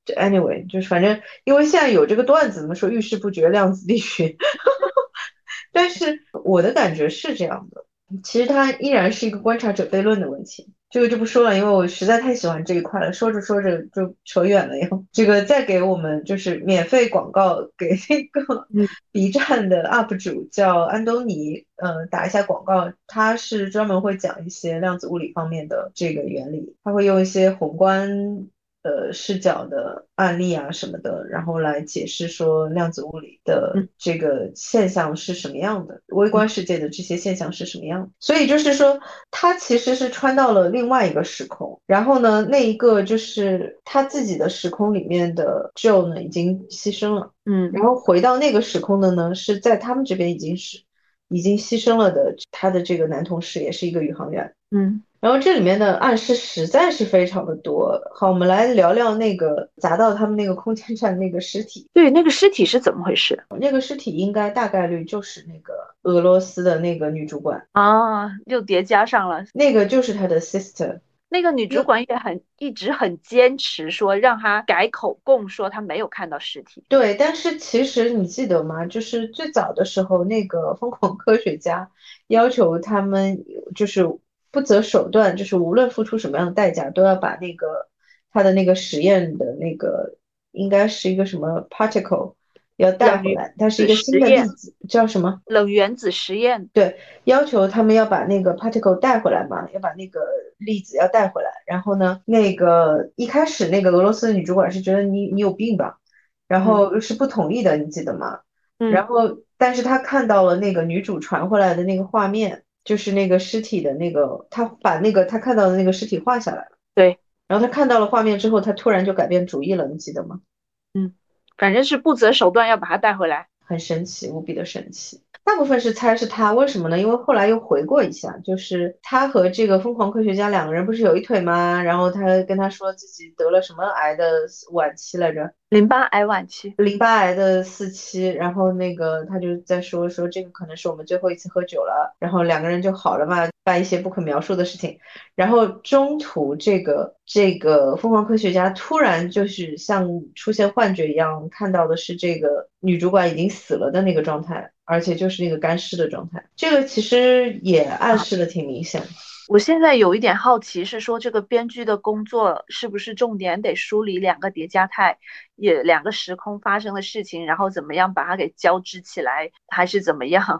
anyway，就是反正因为现在有这个段子，怎么说遇事不决，量子力学。但是我的感觉是这样的，其实它依然是一个观察者悖论的问题。这个就不说了，因为我实在太喜欢这一块了，说着说着就扯远了呀。这个再给我们就是免费广告，给那个嗯 B 站的 UP 主叫安东尼，打一下广告。他是专门会讲一些量子物理方面的这个原理，他会用一些宏观视角的案例啊什么的，然后来解释说量子物理的嗯这个现象是什么样的，微嗯观世界的这些现象是什么样的。所以就是说，他其实是穿到了另外一个时空，然后呢，那一个就是他自己的时空里面的 Joe 呢已经牺牲了， 嗯然后回到那个时空的呢是在他们这边已经牺牲了的他的这个男同事，也是一个宇航员。 嗯， 然后这里面的暗示实在是非常的多。好，我们来聊聊那个砸到他们那个空间站那个尸体。 对，那个尸体是怎么回事那个尸体应该大概率就是那个俄罗斯的那个女主管， 啊？又叠加上了。 那个就是她的 sister。 那个女主管也一直很坚持说让她改口供，说她没有看到尸体。 对，但是其实你记得吗？就是最早的时候，那个疯狂科学家要求他们就是不择手段，就是无论付出什么样的代价，都要把那个他的那个实验的那个应该是一个什么 particle 要带冷原回来，它是一子个新的粒实验， 子，叫什么？ 冷原子实验。 对，要求他们要把那个 particle 带回来嘛，要把那个粒子要带回来。然后呢，那个一开始那个俄罗斯的女主管是觉得你有病吧，然嗯后是不同意的，你记得吗？然嗯， 后，但是她看到了那个女主传回来的那个画面，就是那个尸体的那个，她把那个她看到的那个尸体画下来了。 对， 然后她看到了画面之后，她突然就改变主意了，你记得吗？ 嗯，反正是不择手段要把她带回来。 很神奇，无比的神奇。大部分是猜是他，为什么呢？因为后来又回过一下，就是他和这个疯狂科学家两个人不是有一腿吗？然后他跟他说自己得了什么癌的晚期来着， 淋巴癌晚期。 淋巴癌的4期，然后那个他就在说这个可能是我们最后一次喝酒了，然后两个人就好了嘛，办一些不可描述的事情，然后中途这个疯狂科学家突然就是像出现幻觉一样，看到的是这个女主管已经死了的那个状态，而且就是那个干尸的状态，这个其实也暗示的挺明显的。 我现在有一点好奇，是说这个编剧的工作是不是重点得梳理两个叠加态，也两个时空发生的事情，然后怎么样把它给交织起来，还是怎么样？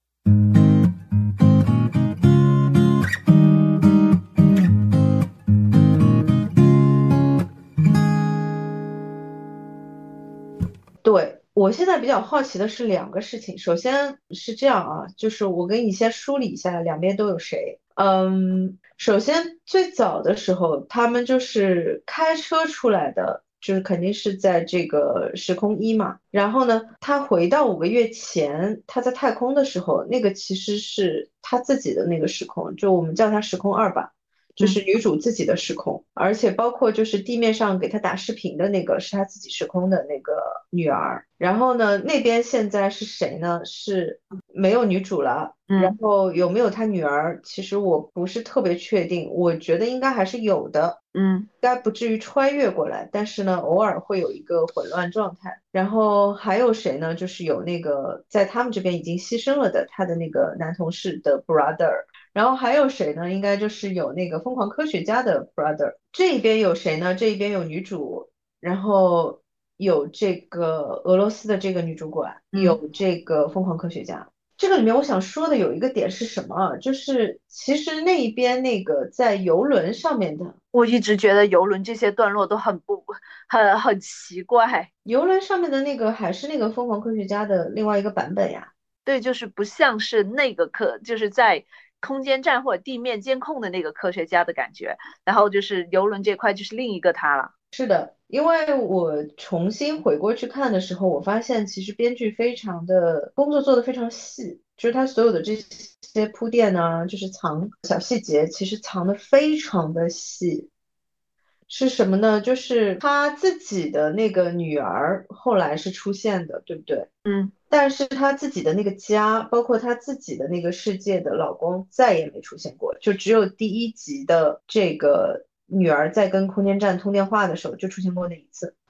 对，我现在比较好奇的是两个事情，首先是这样啊，就是我给你先梳理一下两边都有谁。首先最早的时候，他们就是开车出来的，就是肯定是在这个时空一嘛。然后呢，他回到5个月前，他在太空的时候，那个其实是他自己的那个时空，就我们叫它时空二吧。就嗯是女主自己的时空，而且包括就是地面上给她打视频的那个是她自己时空的那个女儿。然后呢，那边现在是谁呢？是没有女主了。然嗯后有没有她女儿？其实我不是特别确定，我觉得应该还是有的， 嗯应该不至于穿越过来，但是呢，偶尔会有一个混乱状态。然后还有谁呢？就是有那个在他们这边已经牺牲了的他的那个男同事的 brother。然后还有谁呢？应该就是有那个疯狂科学家的 brother。这一边有谁呢？这一边有女主，然后有这个俄罗斯的这个女主管， 嗯， 有这个疯狂科学家。这个里面我想说的有一个点是什么啊？就是其实那一边那个在游轮上面的， 我一直觉得游轮这些段落都很奇怪。 游轮上面的那个还是那个疯狂科学家的另外一个版本呀。 对，就是不像是那个就是在空间站或者地面监控的那个科学家的感觉，然后就是游轮这块就是另一个他了。 是的，因为我重新回过去看的时候，我发现其实编剧非常的工作做得非常细，就是他所有的这些铺垫呢，就是藏小细节，其实藏得非常的细。是什么呢？就是他自己的那个女儿后来是出现的，对不对？ 嗯但是他自己的那个家，包括他自己的那个世界的老公，再也没出现过，就只有第一集的这个女儿在跟空间站通电话的时候就出现过那一次。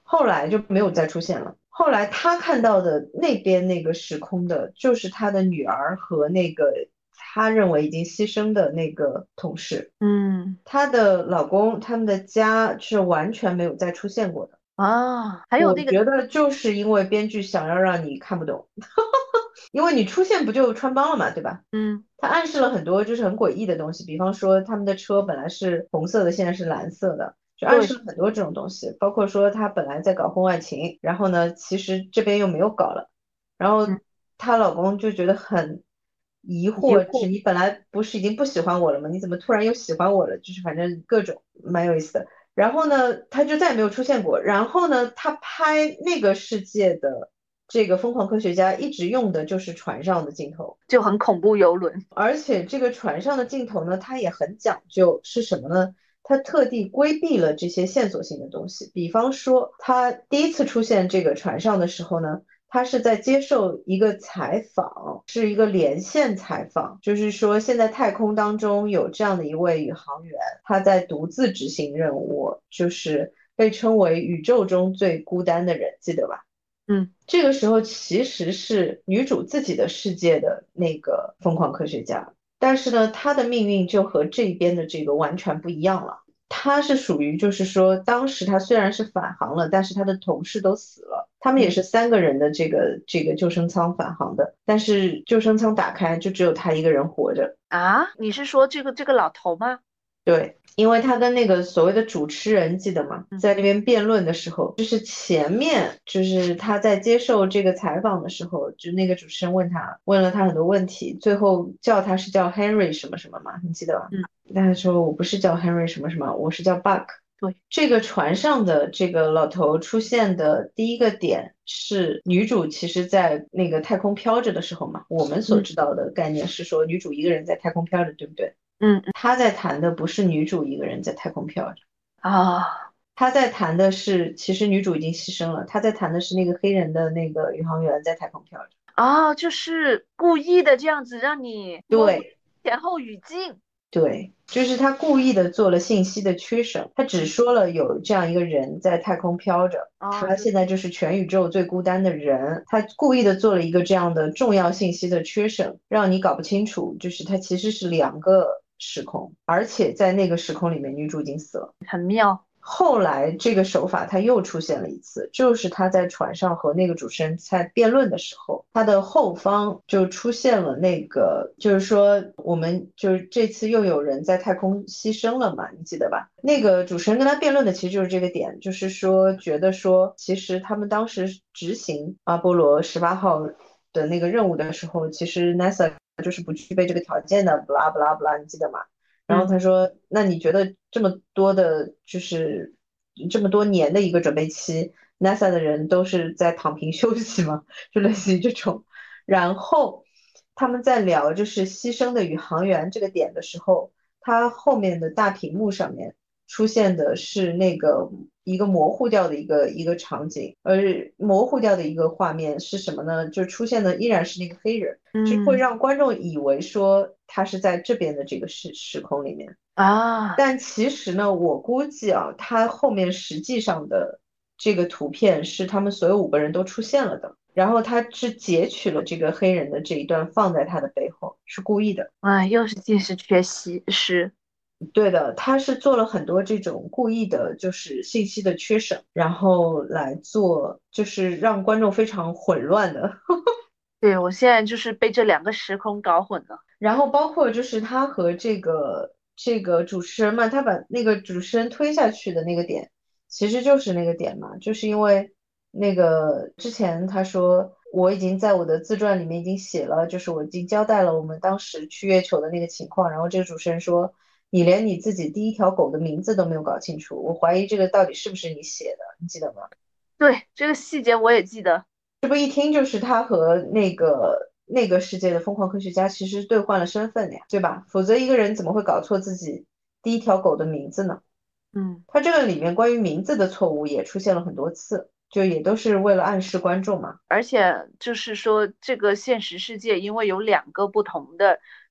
后来就没有再出现了。后来他看到的那边那个时空的，就是他的女儿和那个他认为已经牺牲的那个同事， 嗯她的老公他们的家是完全没有再出现过的。 啊，还有那个我觉得就是因为编剧想要让你看不懂，因为你出现不就穿帮了嘛，对吧？ 嗯它暗示了很多就是很诡异的东西，比方说他们的车本来是红色的，现在是蓝色的，就暗对示了很多这种东西，包括说她本来在搞婚外情，然后呢，其实这边又没有搞了，然后嗯她老公就觉得很疑惑，就是疑惑你本来不是已经不喜欢我了吗？你怎么突然又喜欢我了？就是反正各种蛮有意思的。然后呢，他就再也没有出现过。然后呢，他拍那个世界的这个疯狂科学家一直用的就是船上的镜头。 就很恐怖游轮。 而且这个船上的镜头呢，它也很讲究，是什么呢？它特地规避了这些线索性的东西，比方说，他第一次出现这个船上的时候呢，他是在接受一个采访，是一个连线采访，就是说现在太空当中有这样的一位宇航员，他在独自执行任务，就是被称为宇宙中最孤单的人，记得吧？ 嗯这个时候其实是女主自己的世界的那个疯狂科学家，但是呢，她的命运就和这边的这个完全不一样了。她是属于就是说，当时她虽然是返航了，但是她的同事都死了，他们也嗯是3个人的这个救生舱返航的，但是救生舱打开就只有她一个人活着。 啊，你是说这个老头吗？ 对，因为他跟那个所谓的主持人记得吗？ 嗯在那边辩论的时候，就是前面就是他在接受这个采访的时候，就那个主持人问了他很多问题，最后叫他是叫 Henry 什么什么嘛，你记得吧？ 嗯， 他说我不是叫 Henry 什么什么，我是叫 Buck。 对， 这个船上的这个老头出现的第一个点是女主其实在那个太空飘着的时候嘛，我们所嗯知道的概念是说女主一个人在太空飘着，对不对？ 嗯嗯他在谈的不是女主一个人在太空飘着， 啊他在谈的是其实女主已经牺牲了，他在谈的是那个黑人的那个宇航员在太空飘着。 啊，就是故意的这样子让你模糊对前后语境。 对，就是他故意的做了信息的缺省，他只说了有这样一个人在太空飘着， 哦，就他现在就是全宇宙最孤单的人，他故意的做了一个这样的重要信息的缺省，让你搞不清楚，就是他其实是2个时空，而且在那个时空里面，女主已经死了。 很妙。 后来这个手法他又出现了一次，就是他在船上和那个主持人在辩论的时候，他的后方就出现了那个，就是说我们就是这次又有人在太空牺牲了嘛，你记得吧？那个主持人跟他辩论的其实就是这个点，就是说觉得说其实他们当时执行阿波罗18号的那个任务的时候，其实 NASA 就是不具备这个条件的，不拉不拉不拉，你记得吗？然后嗯他说：“那你觉得这么多的，就是这么多年的一个准备期，NASA 的人都是在躺平休息吗？就类似于这种。然后他们在聊就是牺牲的宇航员这个点的时候，他后面的大屏幕上面出现的是那个一个模糊掉的一个场景，模糊掉的一个画面是什么呢？就出现的依然是那个黑人。”就是会嗯让观众以为说他是在这边的这个时空里面， 啊但其实呢，我估计啊，他后面实际上的这个图片是他们所有5个人都出现了的，然后他是截取了这个黑人的这一段放在他的背后，是故意的。 哎，又是近视缺席是。 对的，他是做了很多这种故意的，就是信息的缺省，然后来做，就是让观众非常混乱的。 对，我现在就是被这两个时空搞混了。 然后包括就是他和这个主持人嘛，他把那个主持人推下去的那个点，其实就是那个点嘛，就是因为那个之前他说我已经在我的自传里面已经写了，就是我已经交代了我们当时去月球的那个情况，然后这个主持人说你连你自己第一条狗的名字都没有搞清楚，我怀疑这个到底是不是你写的，你记得吗？ 对，这个细节我也记得。 这不一听就是他和那个世界的疯狂科学家其实兑换了身份的呀，对吧？否则一个人怎么会搞错自己第一条狗的名字呢？ 嗯， 他这个里面关于名字的错误也出现了很多次，就也都是为了暗示观众嘛。 而且就是说，这个现实世界因为有两个不同的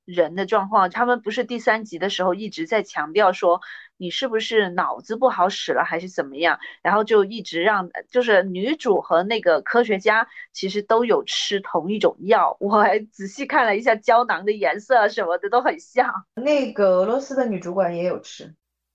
人的状况。他们不是第三集的时候一直在强调说你是不是脑子不好使了还是怎么样，然后就一直让就是女主和那个科学家其实都有吃同一种药，我还仔细看了一下胶囊的颜色什么的都很像。 那个俄罗斯的女主管也有吃。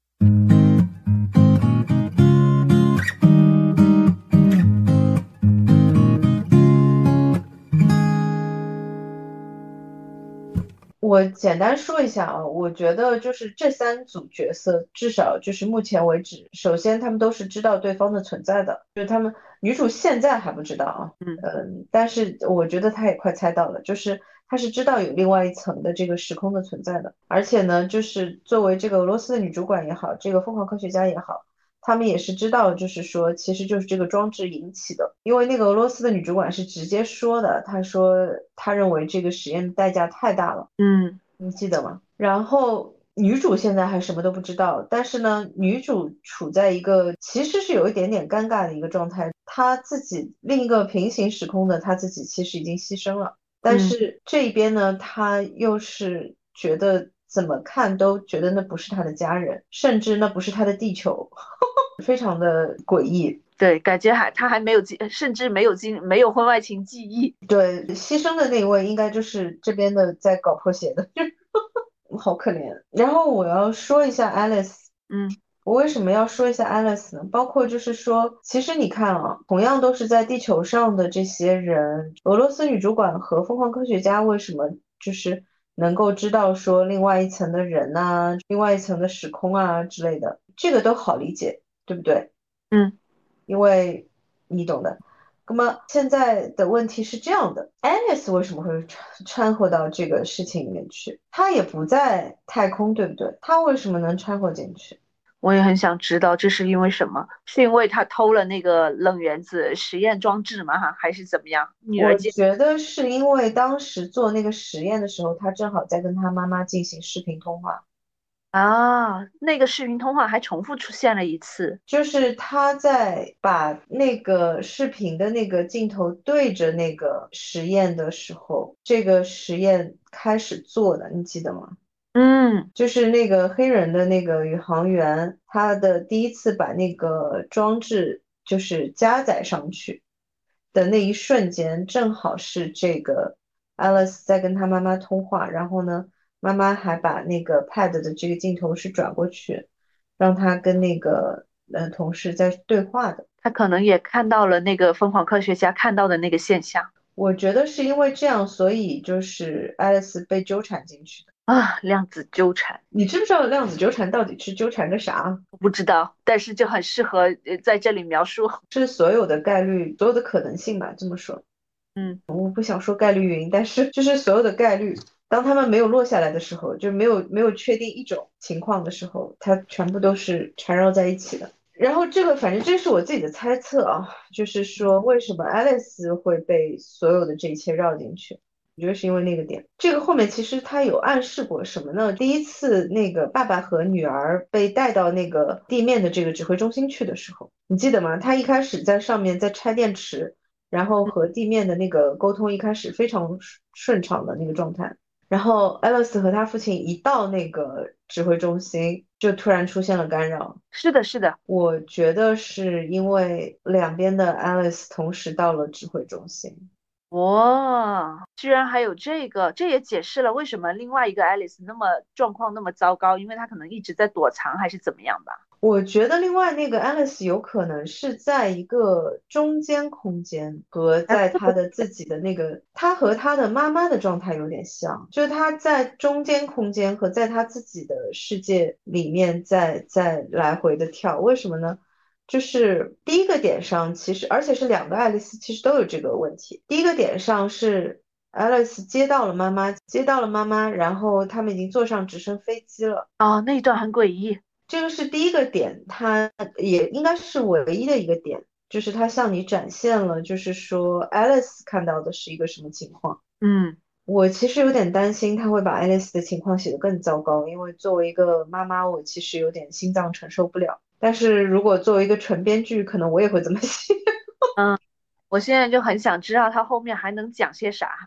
我简单说一下啊，我觉得就是这三组角色，至少就是目前为止，首先他们都是知道对方的存在的，就是他们女主现在还不知道啊， 嗯但是我觉得她也快猜到了，就是她是知道有另外一层的这个时空的存在的，而且呢，就是作为这个俄罗斯的女主管也好，这个疯狂科学家也好。他们也是知道，就是说，其实就是这个装置引起的。因为那个俄罗斯的女主管是直接说的，她说她认为这个实验的代价太大了， 嗯你记得吗？然后女主现在还什么都不知道，但是呢，女主处在一个其实是有一点点尴尬的一个状态，她自己另一个平行时空的她自己其实已经牺牲了，但嗯。 是这一边呢，她又是觉得怎么看都觉得那不是她的家人，甚至那不是她的地球。非常的诡异。 对，感觉他还没有甚至没有婚外情记忆。 对，牺牲的那一位应该就是这边的在搞破鞋的，好可怜。然后我要说一下 Alice， 嗯我为什么要说一下 Alice 呢？包括就是说，其实你看啊，同样都是在地球上的这些人，俄罗斯女主管和疯狂科学家为什么就是能够知道说另外一层的人呐、另外一层的时空啊之类的，这个都好理解，对不对？ 嗯。 因为你懂的。那么现在的问题是这样的，Alice 为什么会掺和到这个事情里面去？她也不在太空，对不对？她为什么能掺和进去？ 我也很想知道这是因为什么？是因为他偷了那个冷原子实验装置吗？哈，还是怎么样？女儿接我觉得是因为当时做那个实验的时候，她正好在跟她妈妈进行视频通话。 啊，那个视频通话还重复出现了一次。 就是他在把那个视频的那个镜头对着那个实验的时候，这个实验开始做的，你记得吗？ 嗯。 就是那个黑人的那个宇航员，他的第一次把那个装置就是加载上去的那一瞬间，正好是这个 Alice 在跟他妈妈通话，然后呢，妈妈还把那个 pad 的这个镜头是转过去，让他跟那个同事在对话的。 他可能也看到了那个疯狂科学家看到的那个现象。 我觉得是因为这样，所以就是爱丽丝被纠缠进去的。 啊，量子纠缠。 你知不知道量子纠缠到底是纠缠个啥？ 我不知道，但是就很适合在这里描述。 是所有的概率，所有的可能性吧，这么说。 嗯。 我不想说概率云，但是就是所有的概率，当他们没有落下来的时候，就没有确定一种情况的时候，它全部都是缠绕在一起的。然后这个反正这是我自己的猜测啊，就是说为什么爱丽丝会被所有的这一切绕进去？我觉得是因为那个点。这个后面其实他有暗示过什么呢？第一次那个爸爸和女儿被带到那个地面的这个指挥中心去的时候，你记得吗？他一开始在上面在拆电池。然后和地面的那个沟通一开始非常顺畅的那个状态，然后 Alice 和他父亲一到那个指挥中心，就突然出现了干扰。 是的，是的。 我觉得是因为两边的 Alice 同时到了指挥中心。 哇，居然还有这个，这也解释了为什么另外一个爱丽丝那么状况那么糟糕，因为她可能一直在躲藏还是怎么样吧。 我觉得另外那个 Alice 有可能是在一个中间空间，和啊， 在他的自己的那个，他和他的妈妈的状态有点像，就是他在中间空间和在他自己的世界里面在来回的跳。为什么呢？就是第一个点上，其实而且是两个爱丽丝，其实都有这个问题。第一个点上是 Alice 接到了妈妈，接到了妈妈，然后他们已经坐上直升飞机了。 哦，那一段很诡异。 这个是第一个点，它也应该是唯一的一个点，就是它向你展现了，就是说 Alice 看到的是一个什么情况。 嗯。 我其实有点担心他会把 Alice 的情况写得更糟糕，因为作为一个妈妈，我其实有点心脏承受不了。但是如果作为一个纯编剧，可能我也会这么写。 嗯，我现在就很想知道他后面还能讲些啥，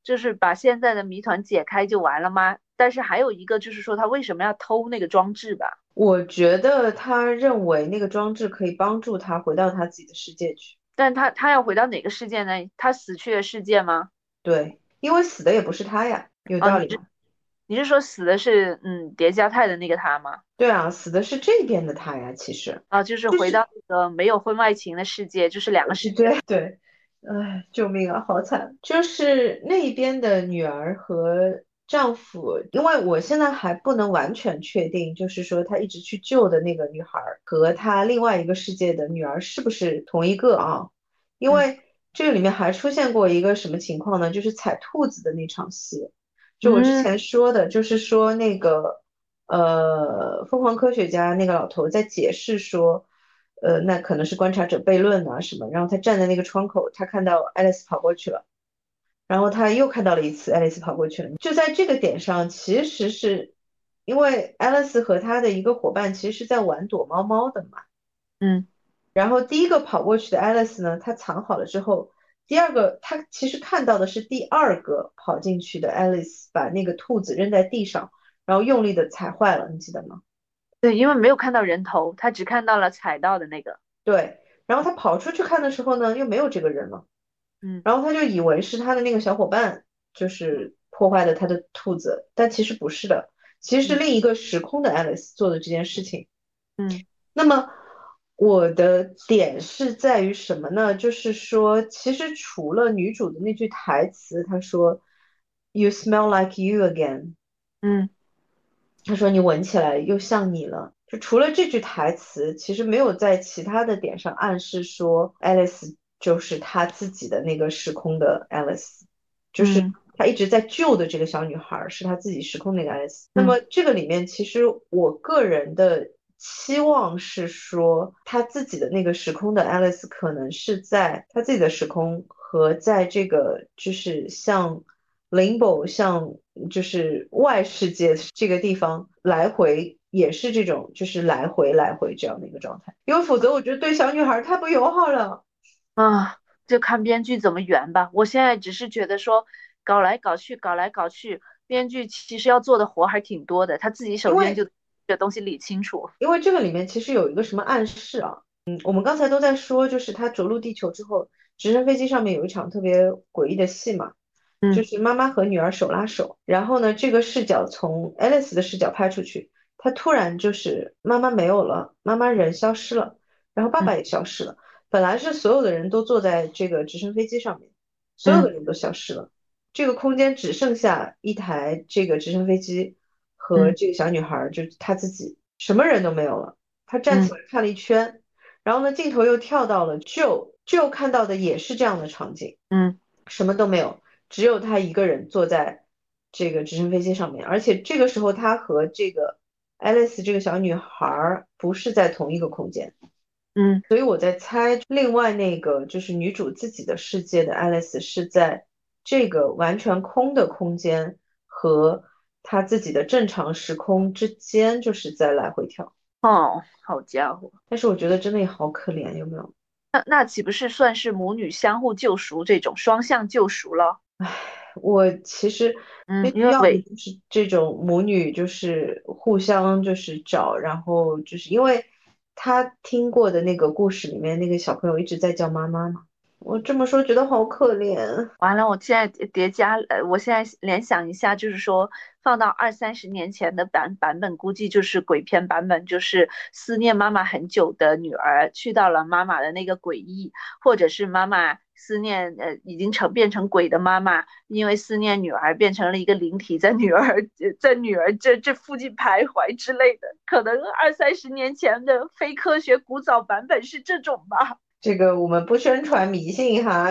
就是把现在的谜团解开就完了吗？但是还有一个就是说他为什么要偷那个装置吧？ 我觉得他认为那个装置可以帮助他回到他自己的世界去。 但他要回到哪个世界呢？他死去的世界吗？ 对，因为死的也不是他呀，有哦， 道理吗？ 你是说死的是叠加泰的那个他吗？ 对啊，死的是这边的他呀，其实啊，就是就是回到那个没有婚外情的世界，就是两个世界。 对对，哎，救命啊，好惨！就是那边的女儿和丈夫，因为我现在还不能完全确定，就是说他一直去救的那个女孩儿和他另外一个世界的女儿是不是同一个啊？因嗯为这个里面还出现过一个什么情况呢？就是踩兔子的那场戏，就我之嗯前说的，就是说那个疯狂科学家那个老头在解释说。那可能是观察者悖论啊什么，然后他站在那个窗口，他看到爱丽丝跑过去了，然后他又看到了一次爱丽丝跑过去了，就在这个点上，其实是因为爱丽丝和他的一个伙伴其实是在玩躲猫猫的嘛， 嗯然后第一个跑过去的爱丽丝呢，她藏好了之后，第二个她其实看到的是第二个跑进去的爱丽丝把那个兔子扔在地上，然后用力的踩坏了，你记得吗？ 对，因为没有看到人头，他只看到了踩到的那个。 对，然后他跑出去看的时候呢，又没有这个人了。 嗯然后他就以为是他的那个小伙伴就是破坏了他的兔子，但其实不是的，其实是嗯另一个时空的 Alice 做的这件事情。 嗯那么我的点是在于什么呢？就是说，其实除了女主的那句台词，她说 "You smell like you again"， 嗯她说你闻起来又像你了。就除了这句台词，其实没有在其他的点上暗示说 Alice 就是她自己的那个时空的 Alice，就是嗯她一直在救的这个小女孩是她自己时空那个 Alice。那嗯么这个里面，其实我个人的期望是说，她自己的那个时空的 Alice 可能是在她自己的时空和在这个就是像 Limbo 像就是外世界这个地方来回也是这种就是来回来回这样的一个状态，因为否则我觉得对小女孩太不友好了。 啊，就看编剧怎么圆吧。我现在只是觉得说，搞来搞去，搞来搞去，编剧其实要做的活还挺多的。他自己因为首先就这东西理清楚。 这个里面其实有一个什么暗示啊？我们刚才都在说，就是他着陆地球之后，直升飞机上面有一场特别诡异的戏嘛，就嗯是妈妈和女儿手拉手，然后呢，这个视角从 Alice 的视角拍出去，她突然就是妈妈没有了，妈妈人消失了，然后爸嗯爸也消失了。本来是所有的人都坐在这个直升飞机上面，所有嗯的人都消失了，这个空间只剩下一台这个直升飞机和嗯这个小女孩儿，就她自己，什么人都没有了。她站起嗯来看了一圈，然后呢，镜头又跳到了 Joe 看到的也是这样的场景， 嗯什么都没有。只有他一个人坐在这个直升飞机上面，而且这个时候他和这个 Alice 这个小女孩儿不是在同一个空间， 嗯所以我在猜，另外那个就是女主自己的世界的 Alice 是在这个完全空的空间和她自己的正常时空之间，就是在来回跳。 哦，好家伙， 但是我觉得真的也好可怜，有没有？ 那岂不是算是母女相互救赎这种双向救赎了？ 我其实嗯， 编剧要的因为就是这种母女，就是互相就是找，然后就是因为他听过的那个故事里面，那个小朋友一直在叫妈妈嘛。我这么说觉得好可怜。 完了，我现在叠加，我现在联想一下，就是说放到二三十年前的版本，估计就是鬼片版本，就是思念妈妈很久的女儿去到了妈妈的那个诡异，或者是妈妈思念已经变成鬼的妈妈，因为思念女儿变成了一个灵体，在女儿这附近徘徊之类的，可能二三十年前的非科学古早版本是这种吧。 这个我们不宣传迷信哈。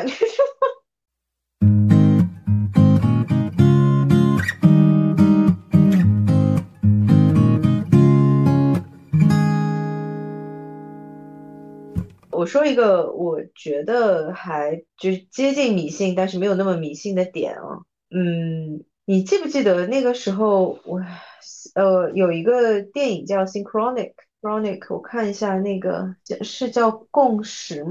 我说一个我觉得还就是接近迷信，但是没有那么迷信的点啊。你记不记得那个时候有一个电影叫《Synchronic》，我看一下那个是叫共识吗？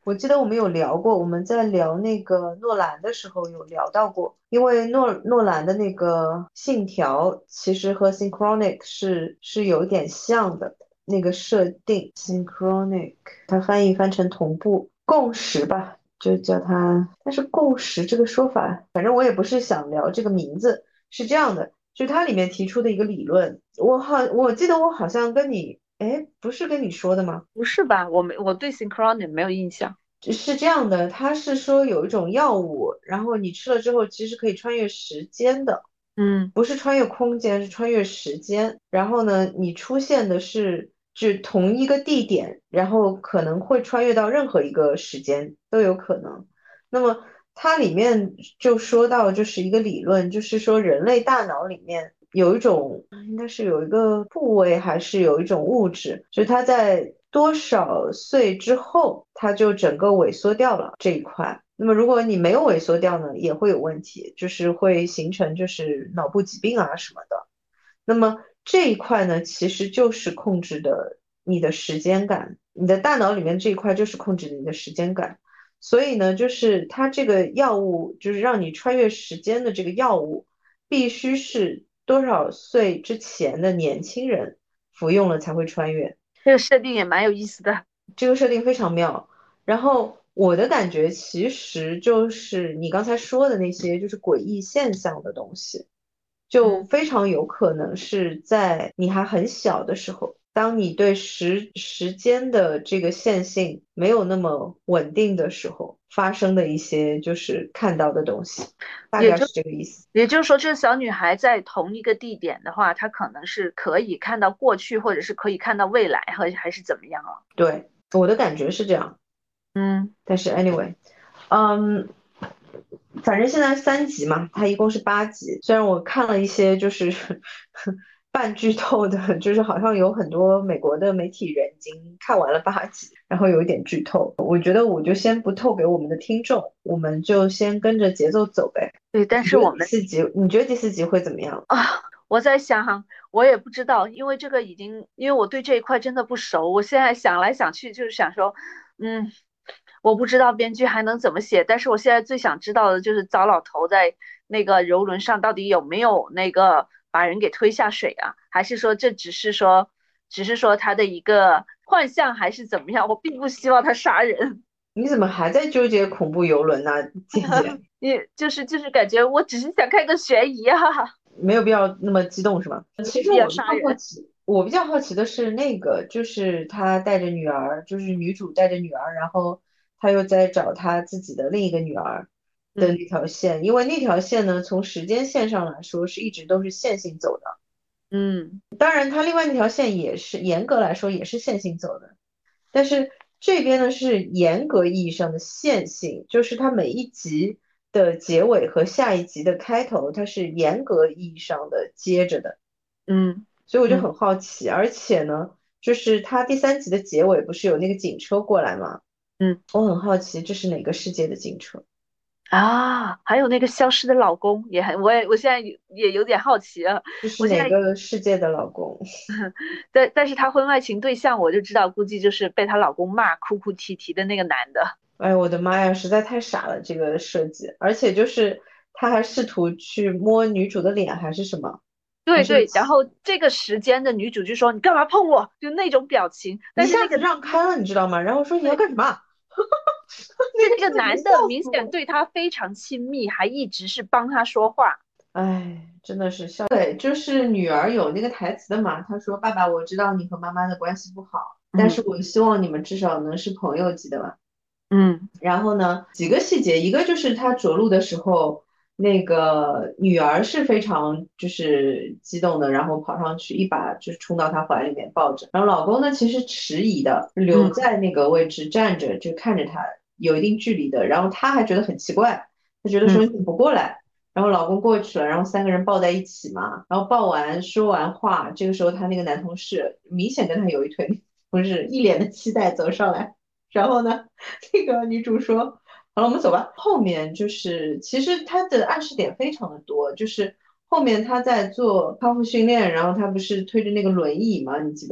我记得我们有聊过，我们在聊那个诺兰的时候有聊到过，因为诺兰的那个《信条》其实和 Synchronic 是有点像的那个设定，Synchronic 它翻成同步共识吧，就叫它。但是共识这个说法，反正我也不是想聊这个名字，是这样的，就它里面提出的一个理论，我记得我好像跟你，哎，不是跟你说的吗？ 不是吧？我对 Synchronic 没有印象。 是这样的，他是说有一种药物，然后你吃了之后，其实可以穿越时间的， 嗯， 不是穿越空间，是穿越时间。然后呢，你出现的是就同一个地点，然后可能会穿越到任何一个时间都有可能。那么它里面就说到，就是一个理论，就是说人类大脑里面有一种，应该是有一个部位，还是有一种物质，就是它在多少岁之后，它就整个萎缩掉了这一块。那么如果你没有萎缩掉呢，也会有问题，就是会形成就是脑部疾病啊什么的。那么这一块呢，其实就是控制的你的时间感，你的大脑里面这一块就是控制你的时间感。所以呢，就是它这个药物，就是让你穿越时间的这个药物，必须是多少岁之前的年轻人服用了才会穿越。 这个设定也蛮有意思的。 这个设定非常妙。然后我的感觉其实就是你刚才说的那些，就是诡异现象的东西，就嗯， 非常有可能是在你还很小的时候，当你对时间的这个线性没有那么稳定的时候，发生的一些就是看到的东西，大也就概是这个意思。 也就是说，这个小女孩在同一个地点的话，她可能是可以看到过去，或者是可以看到未来，和还是怎么样啊？ 对，我的感觉是这样。 嗯， 但是 anyway，嗯，反正现在3集嘛，它一共是8集。虽然我看了一些就是半剧透的，就是好像有很多美国的媒体人已经看完了8集，然后有一点剧透。我觉得我就先不透给我们的听众，我们就先跟着节奏走呗。 对，但你觉得是我们第四集，你觉得第四集会怎么样？ 啊，我在想哈，我也不知道，因为这个已经，因为我对这一块真的不熟，我现在想来想去就是想说，嗯，我不知道编剧还能怎么写，但是我现在最想知道的就是糟老头在那个游轮上到底有没有那个把人给推下水啊，还是说这只是说他的一个幻象，还是怎么样？我并不希望他杀人。 你怎么还在纠结恐怖游轮呢，姐姐？ 也就是感觉我只是想看个悬疑啊， 没有必要那么激动是吗？其实没必要我比较杀人。 好奇，我比较好奇的是那个，就是他带着女儿，就是女主带着女儿，然后他又在找他自己的另一个女儿的嗯那条线，因为那条线呢，从时间线上来说是一直都是线性走的。 嗯当然，它另外那条线也是严格来说也是线性走的，但是这边呢是严格意义上的线性，就是它每一集的结尾和下一集的开头，它是严格意义上的接着的。 嗯嗯所以我就很好奇，而且呢，就是它第3集的结尾不是有那个警车过来吗？ 嗯。 我很好奇这是哪个世界的警车， 啊，还有那个消失的老公也很，我现在也有点好奇啊。 这是我现在， 哪个世界的老公？ 但是她婚外情对象，我就知道，估计就是被她老公骂哭哭啼啼的那个男的。 哎，我的妈呀，实在太傻了这个设计，而且就是他还试图去摸女主的脸还是什么，还是对对，然后这个时间的女主就说：“你干嘛碰我？”就那种表情。 一下子但是那个让开了，你知道吗？然后说你要对， 干什么？ 是那那个真的没笑个男的明死我。 显对她非常亲密，还一直是帮她说话。 哎，真的是笑。对，就是女儿有那个台词的嘛，她说：“爸爸，我知道你和妈妈的关系不好，但是嗯我希望你们至少能是朋友，记得吗？” 嗯然后呢，几个细节，一个就是他着陆的时候，那个女儿是非常就是激动的，然后跑上去一把就是冲到他怀里面抱着，然后老公呢其实迟疑的留嗯在那个位置站着，就看着他有一定距离的，然后他还觉得很奇怪，他觉得嗯说你怎么不过来？然后老公过去了，然后3个人抱在一起嘛，然后抱完说完话，这个时候他那个男同事明显跟他有一腿，不是一脸的期待走上来，然后呢？那个女主说：“好了，我们走吧。”后面就是其实她的暗示点非常的多，就是后面她在做康复训练，然后她不是推着那个轮椅吗？你记得吗？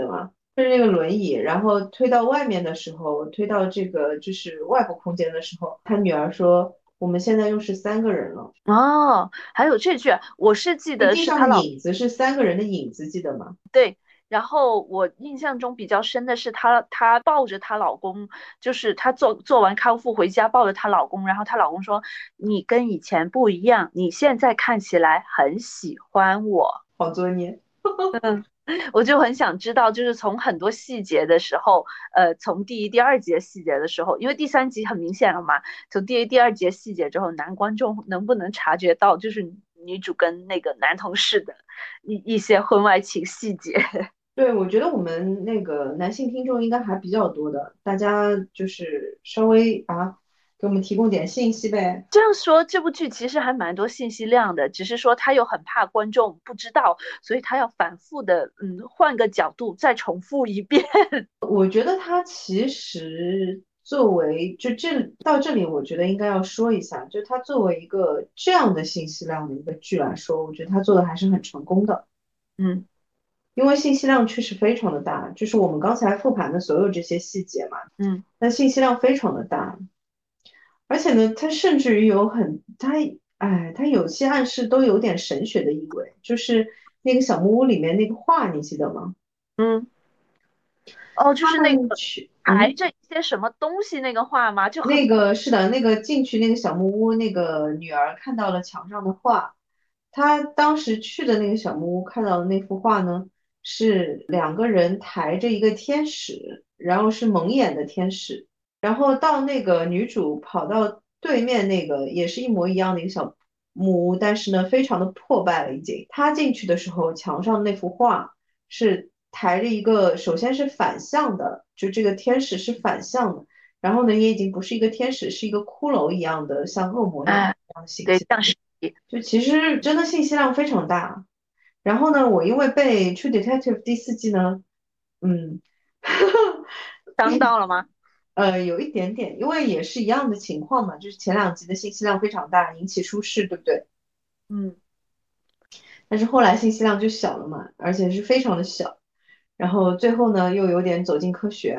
推着那个轮椅，然后推到外面的时候，推到这个就是外部空间的时候，他女儿说我们现在又是三个人了。 哦，还有这句，我是记得那地上的是她老影子是三个人的影子，记得吗？ 对。然后我印象中比较深的是她抱着她老公，就是她做完康复回家抱着她老公，然后她老公说：“你跟以前不一样，你现在看起来很喜欢我。” 好作孽。 我就很想知道，就是从很多细节的时候，从第一、第二节细节的时候，因为第三集很明显了嘛，从第一、第二节细节之后，男观众能不能察觉到，就是女主跟那个男同事的一些婚外情细节？ 对，我觉得我们那个男性听众应该还比较多的，大家就是稍微给我们提供点信息呗。 这样说，这部剧其实还蛮多信息量的，只是说他又很怕观众不知道，所以他要反复的，换个角度再重复一遍。 我觉得他其实作为到这里，我觉得应该要说一下，就他作为一个这样的信息量的一个剧来说，我觉得他做的还是很成功的， 嗯因为信息量确实非常的大，就是我们刚才复盘的所有这些细节嘛， 嗯。 那信息量非常的大，而且呢，它甚至于它有些暗示都有点神学的意味，就是那个小木屋里面那个画，你记得吗？ 嗯。哦，就他是那个们去， 排着一些什么东西那个画吗？就很那个是的，那个进去那个小木屋，那个女儿看到了墙上的画，她当时去的那个小木屋看到的那幅画呢，是两个人抬着一个天使，然后是蒙眼的天使，然后到那个女主跑到对面那个也是一模一样的一个小木屋，但是呢非常的破败了已经。她进去的时候，墙上那幅画是抬着一个，首先是反向的，就这个天使是反向的。然后呢，也已经不是一个天使，是一个骷髅一样的，像恶魔一样哎， 这样的形对， 象。 像是就其实真的信息量非常大。然后呢，我因为被《True Detective》第四季呢，嗯， 伤到了吗？ 有一点点，因为也是一样的情况嘛，就是前两集的信息量非常大，引起舒适，对不对？ 嗯。 但是后来信息量就小了嘛，而且是非常的小。然后最后呢，又有点走进科学。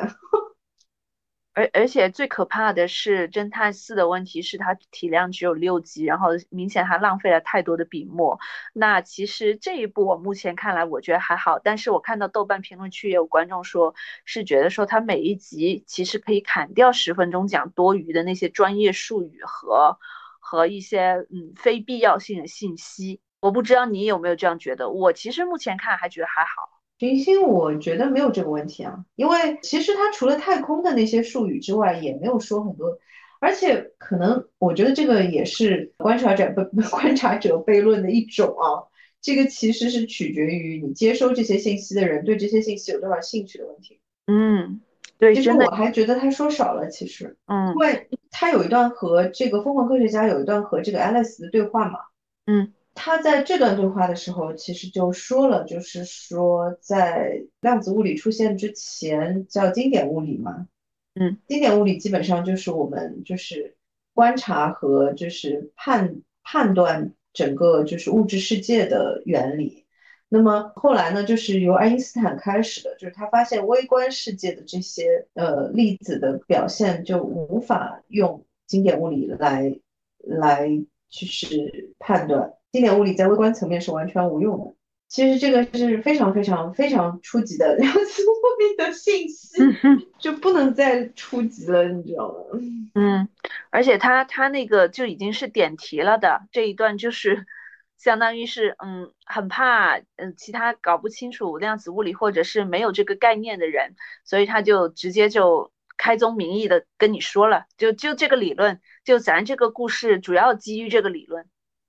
而且最可怕的是，侦探四的问题是它体量只有6集，然后明显还浪费了太多的笔墨。那其实这一部我目前看来，我觉得还好，但是我看到豆瓣评论区也有观众说，是觉得说它每一集其实可以砍掉10分钟讲多余的那些专业术语和一些非必要性的信息。我不知道你有没有这样觉得，我其实目前看还觉得还好。 行星我觉得没有这个问题啊，因为其实它除了太空的那些术语之外，也没有说很多，而且可能我觉得这个也是观察者悖论的一种啊。这个其实是取决于你接收这些信息的人对这些信息有多少兴趣的问题。 嗯，对，真的。 其实我还觉得他说少了，其实，因嗯为他有一段和这个疯狂科学家有一段和这个 Alice 的对话嘛。 嗯他在这段对话的时候，其实就说了，就是说在量子物理出现之前叫经典物理嘛。 嗯经典物理基本上就是我们就是观察和就是判断整个就是物质世界的原理。那么后来呢，就是由爱因斯坦开始的，就是他发现微观世界的这些粒子的表现就无法用经典物理来就是判断，经典物理在微观层面是完全无用的。其实这个是非常非常非常初级的量子物理的信息， 嗯哼。 就不能再初级了，你知道吗？ 嗯，而且他那个就已经是点题了的这一段，就是相当于是很怕其他搞不清楚量子物理或者是没有这个概念的人，所以他就直接就开宗明义的跟你说了，就这个理论，就咱这个故事主要基于这个理论。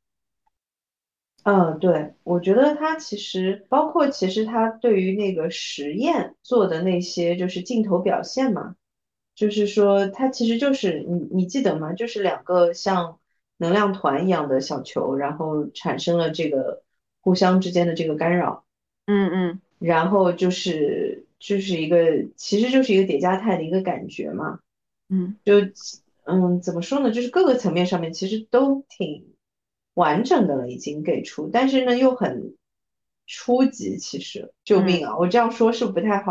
嗯，对，我觉得他其实包括其实他对于那个实验做的那些就是镜头表现嘛，就是说它其实就是你记得吗？就是两个像能量团一样的小球，然后产生了这个互相之间的这个干扰。 嗯嗯然后就是一个其实就是一个叠加态的一个感觉嘛。 嗯就怎么说呢？就是各个层面上面其实都挺完整的了，已经给出，但是呢又很初级。其实救嗯。 命啊！我这样说是不是不太好？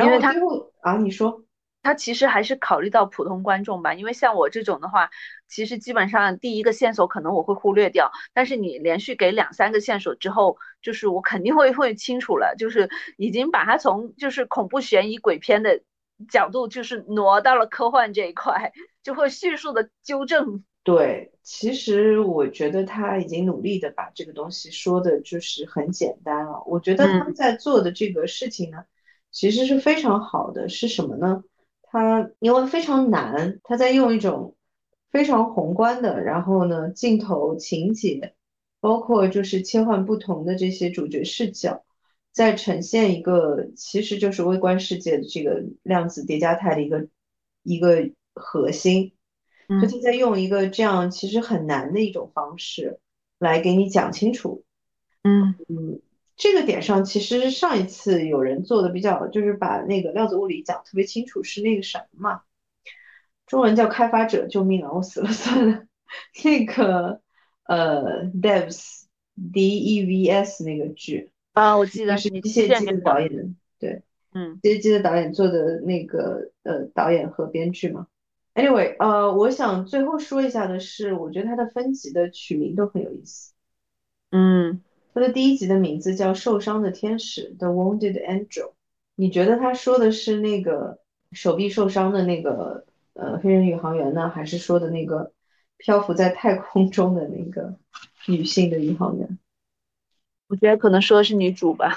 然后我因为他最后啊，你说。 他其实还是考虑到普通观众吧，因为像我这种的话，其实基本上第一个线索可能我会忽略掉，但是你连续给两三个线索之后，就是我肯定会清楚了，就是已经把它从就是恐怖悬疑鬼片的角度，就是挪到了科幻这一块，就会迅速的纠正。 对，其实我觉得他已经努力的把这个东西说的就是很简单了。我觉得他们嗯在做的这个事情呢，其实是非常好的。是什么呢？他因为非常难，他在用一种非常宏观的，然后呢，镜头、情节，包括就是切换不同的这些主角视角，在呈现一个其实就是微观世界的这个量子叠加态的一个核心。就嗯他在用一个这样其实很难的一种方式来给你讲清楚。 嗯这个点上，其实上一次有人做的比较，就是把那个量子物理讲特别清楚，是那个什么嘛，中文叫开发者，救命啊，我死了算了。那个Devs Devs 那个剧， 啊，我记就是得你推机械姬的荐给我了。 导演的，对， 嗯机械姬的导演做的那个导演和编剧嘛。Anyway，我想最后说一下的是，我觉得它的分级的取名都很有意思。 嗯。 它的第一集的名字叫《受伤的天使》（The Wounded Angel）。你觉得他说的是那个手臂受伤的那个黑人宇航员呢，还是说的那个漂浮在太空中的那个女性的宇航员？ 我觉得可能说的是女主吧。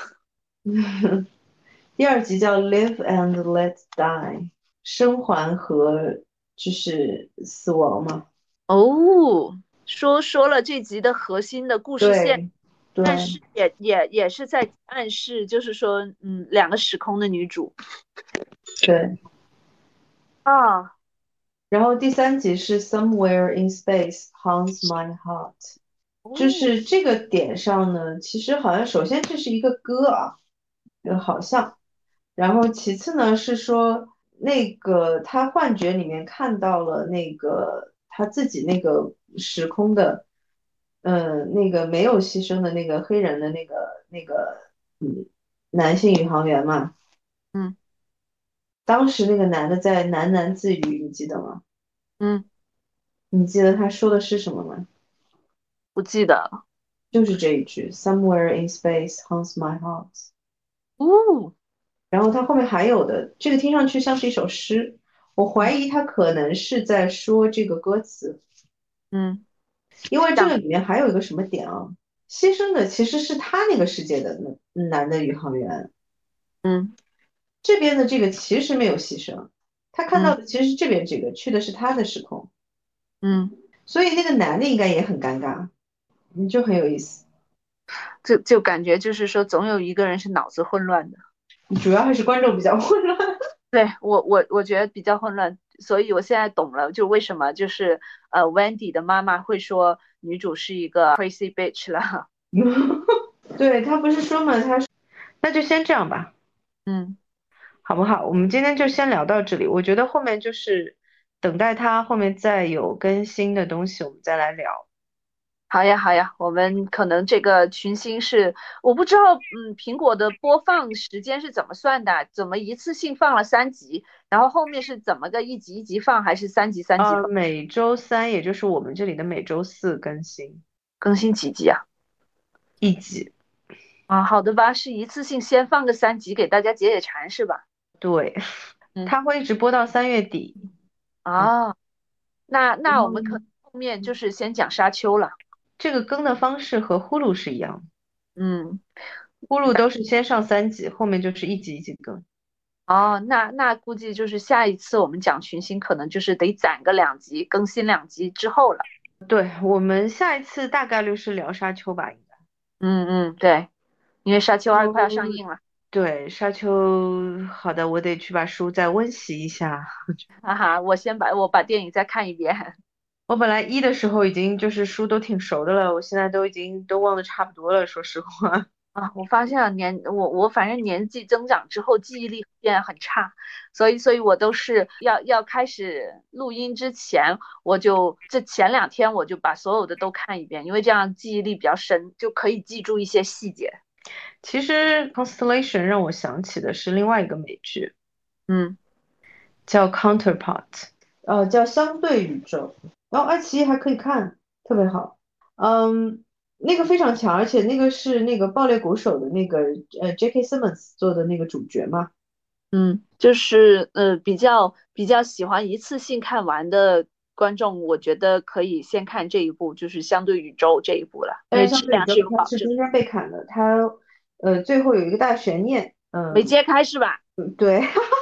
第二集叫《Live and Let Die》，生还和就是死亡嘛。 哦，说了这集的核心的故事线， 对对但是也是在暗示，就是说，两个时空的女主对。 啊。 然后第三集是 Somewhere in Space Haunts My Heart，就哦， 是这个点上呢，其实好像首先这是一个歌啊，好像，然后其次呢是说那个他幻觉里面看到了那个他自己那个时空的，那个没有牺牲的那个黑人的那个男性宇航员嘛， 嗯当时那个男的在喃喃自语，你记得吗？ 嗯， 你记得他说的是什么吗？ 不记得了。 就是这一句 "Somewhere in space haunts my heart"。 哦， 然后他后面还有的，这个听上去像是一首诗，我怀嗯疑他可能是在说这个歌词， 嗯， 因为这讲， 个里面还有一个什么点啊？牺牲的其实是他那个世界的男的宇航员， 嗯这边的这个其实没有牺牲，他看到嗯的其实是这边这个去的是他的时空， 嗯， 所以那个男的应该也很尴尬，你就很有意思。 就感觉就是说，总有一个人是脑子混乱的。 主要还是观众比较混乱。 对，我觉得比较混乱，所以我现在懂了，就为什么就是Wendy 的妈妈会说女主是一个 crazy bitch 了。 对，他不是说嘛，那就先这样吧， 嗯， 好不好？我们今天就先聊到这里。我觉得后面就是等待他后面再有更新的东西，我们再来聊。 好呀好呀，我们可能这个群星是我不知道，苹果的播放时间是怎么算的？怎么一次性放了3集，然后后面是怎么个一集一集放，还是3集3集放？ 每周三，也就是我们这里的每周四更新更新几集啊？ 一集。 啊，好的吧，是一次性先放个3集给大家解解馋是吧？ 对， 嗯， 它会一直播到3月底。嗯， 啊，那我们可能然后呢， 后面就是先讲沙丘了。 这个更的方式和呼噜是一样的， 嗯。 呼噜都是先上3集，后面就是一集一集更。 哦，那估计就是下一次我们讲群星，可能就是得攒个2集，更新2集之后了。 对，我们下一次大概率是聊沙丘吧，应该。 嗯嗯，对，因为沙丘2快要上哦， 映了。 对，沙丘，好的，我得去把书再温习一下。 哈哈，我把电影再看一遍。 我本来一的时候已经就是书都挺熟的了，我现在都已经都忘得差不多了，说实话。 啊，我发现了我反正年纪增长之后记忆力变得很差，所以我都是要开始录音之前，我就这前2天我就把所有的都看一遍，因为这样记忆力比较深，就可以记住一些细节。 其实《Constellation》让我想起的是另外一个美剧， 嗯。 叫《Counterpart》，叫相对宇宙，然后爱奇艺还可以看，特别好。嗯，那个非常强，而且那个是那个爆裂鼓手的那个J.K. Simmons 做的那个主角嘛。 就是比较喜欢一次性看完的观众，我觉得可以先看这一部，就是相对宇宙这一部了，因但为是相对宇宙质量是有保证。 它是中间被砍的，它最后有一个大悬念， 没揭开是吧？ 对，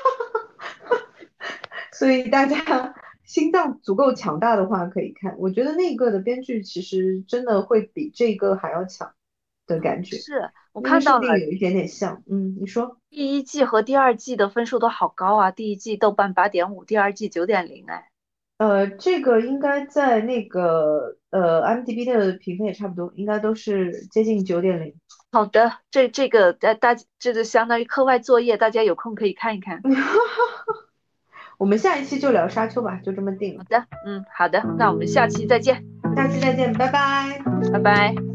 所以大家心脏足够强大的话可以看。我觉得那个的编剧其实真的会比这个还要强的感觉， 是我因为看到了设定有一点点像。你说。 第一季和第二季的分数都好高啊，第一季豆瓣8.5，第二季9.0，哎， 这个应该在那个IMDB 的评分也差不多，应该都是接近9.0。 好的，这个这个相当于课外作业，大家有空可以看一看。 我们下一期就聊沙丘吧，就这么定了。 好的，好的，那我们下期再见， 下期再见，拜拜。 拜拜。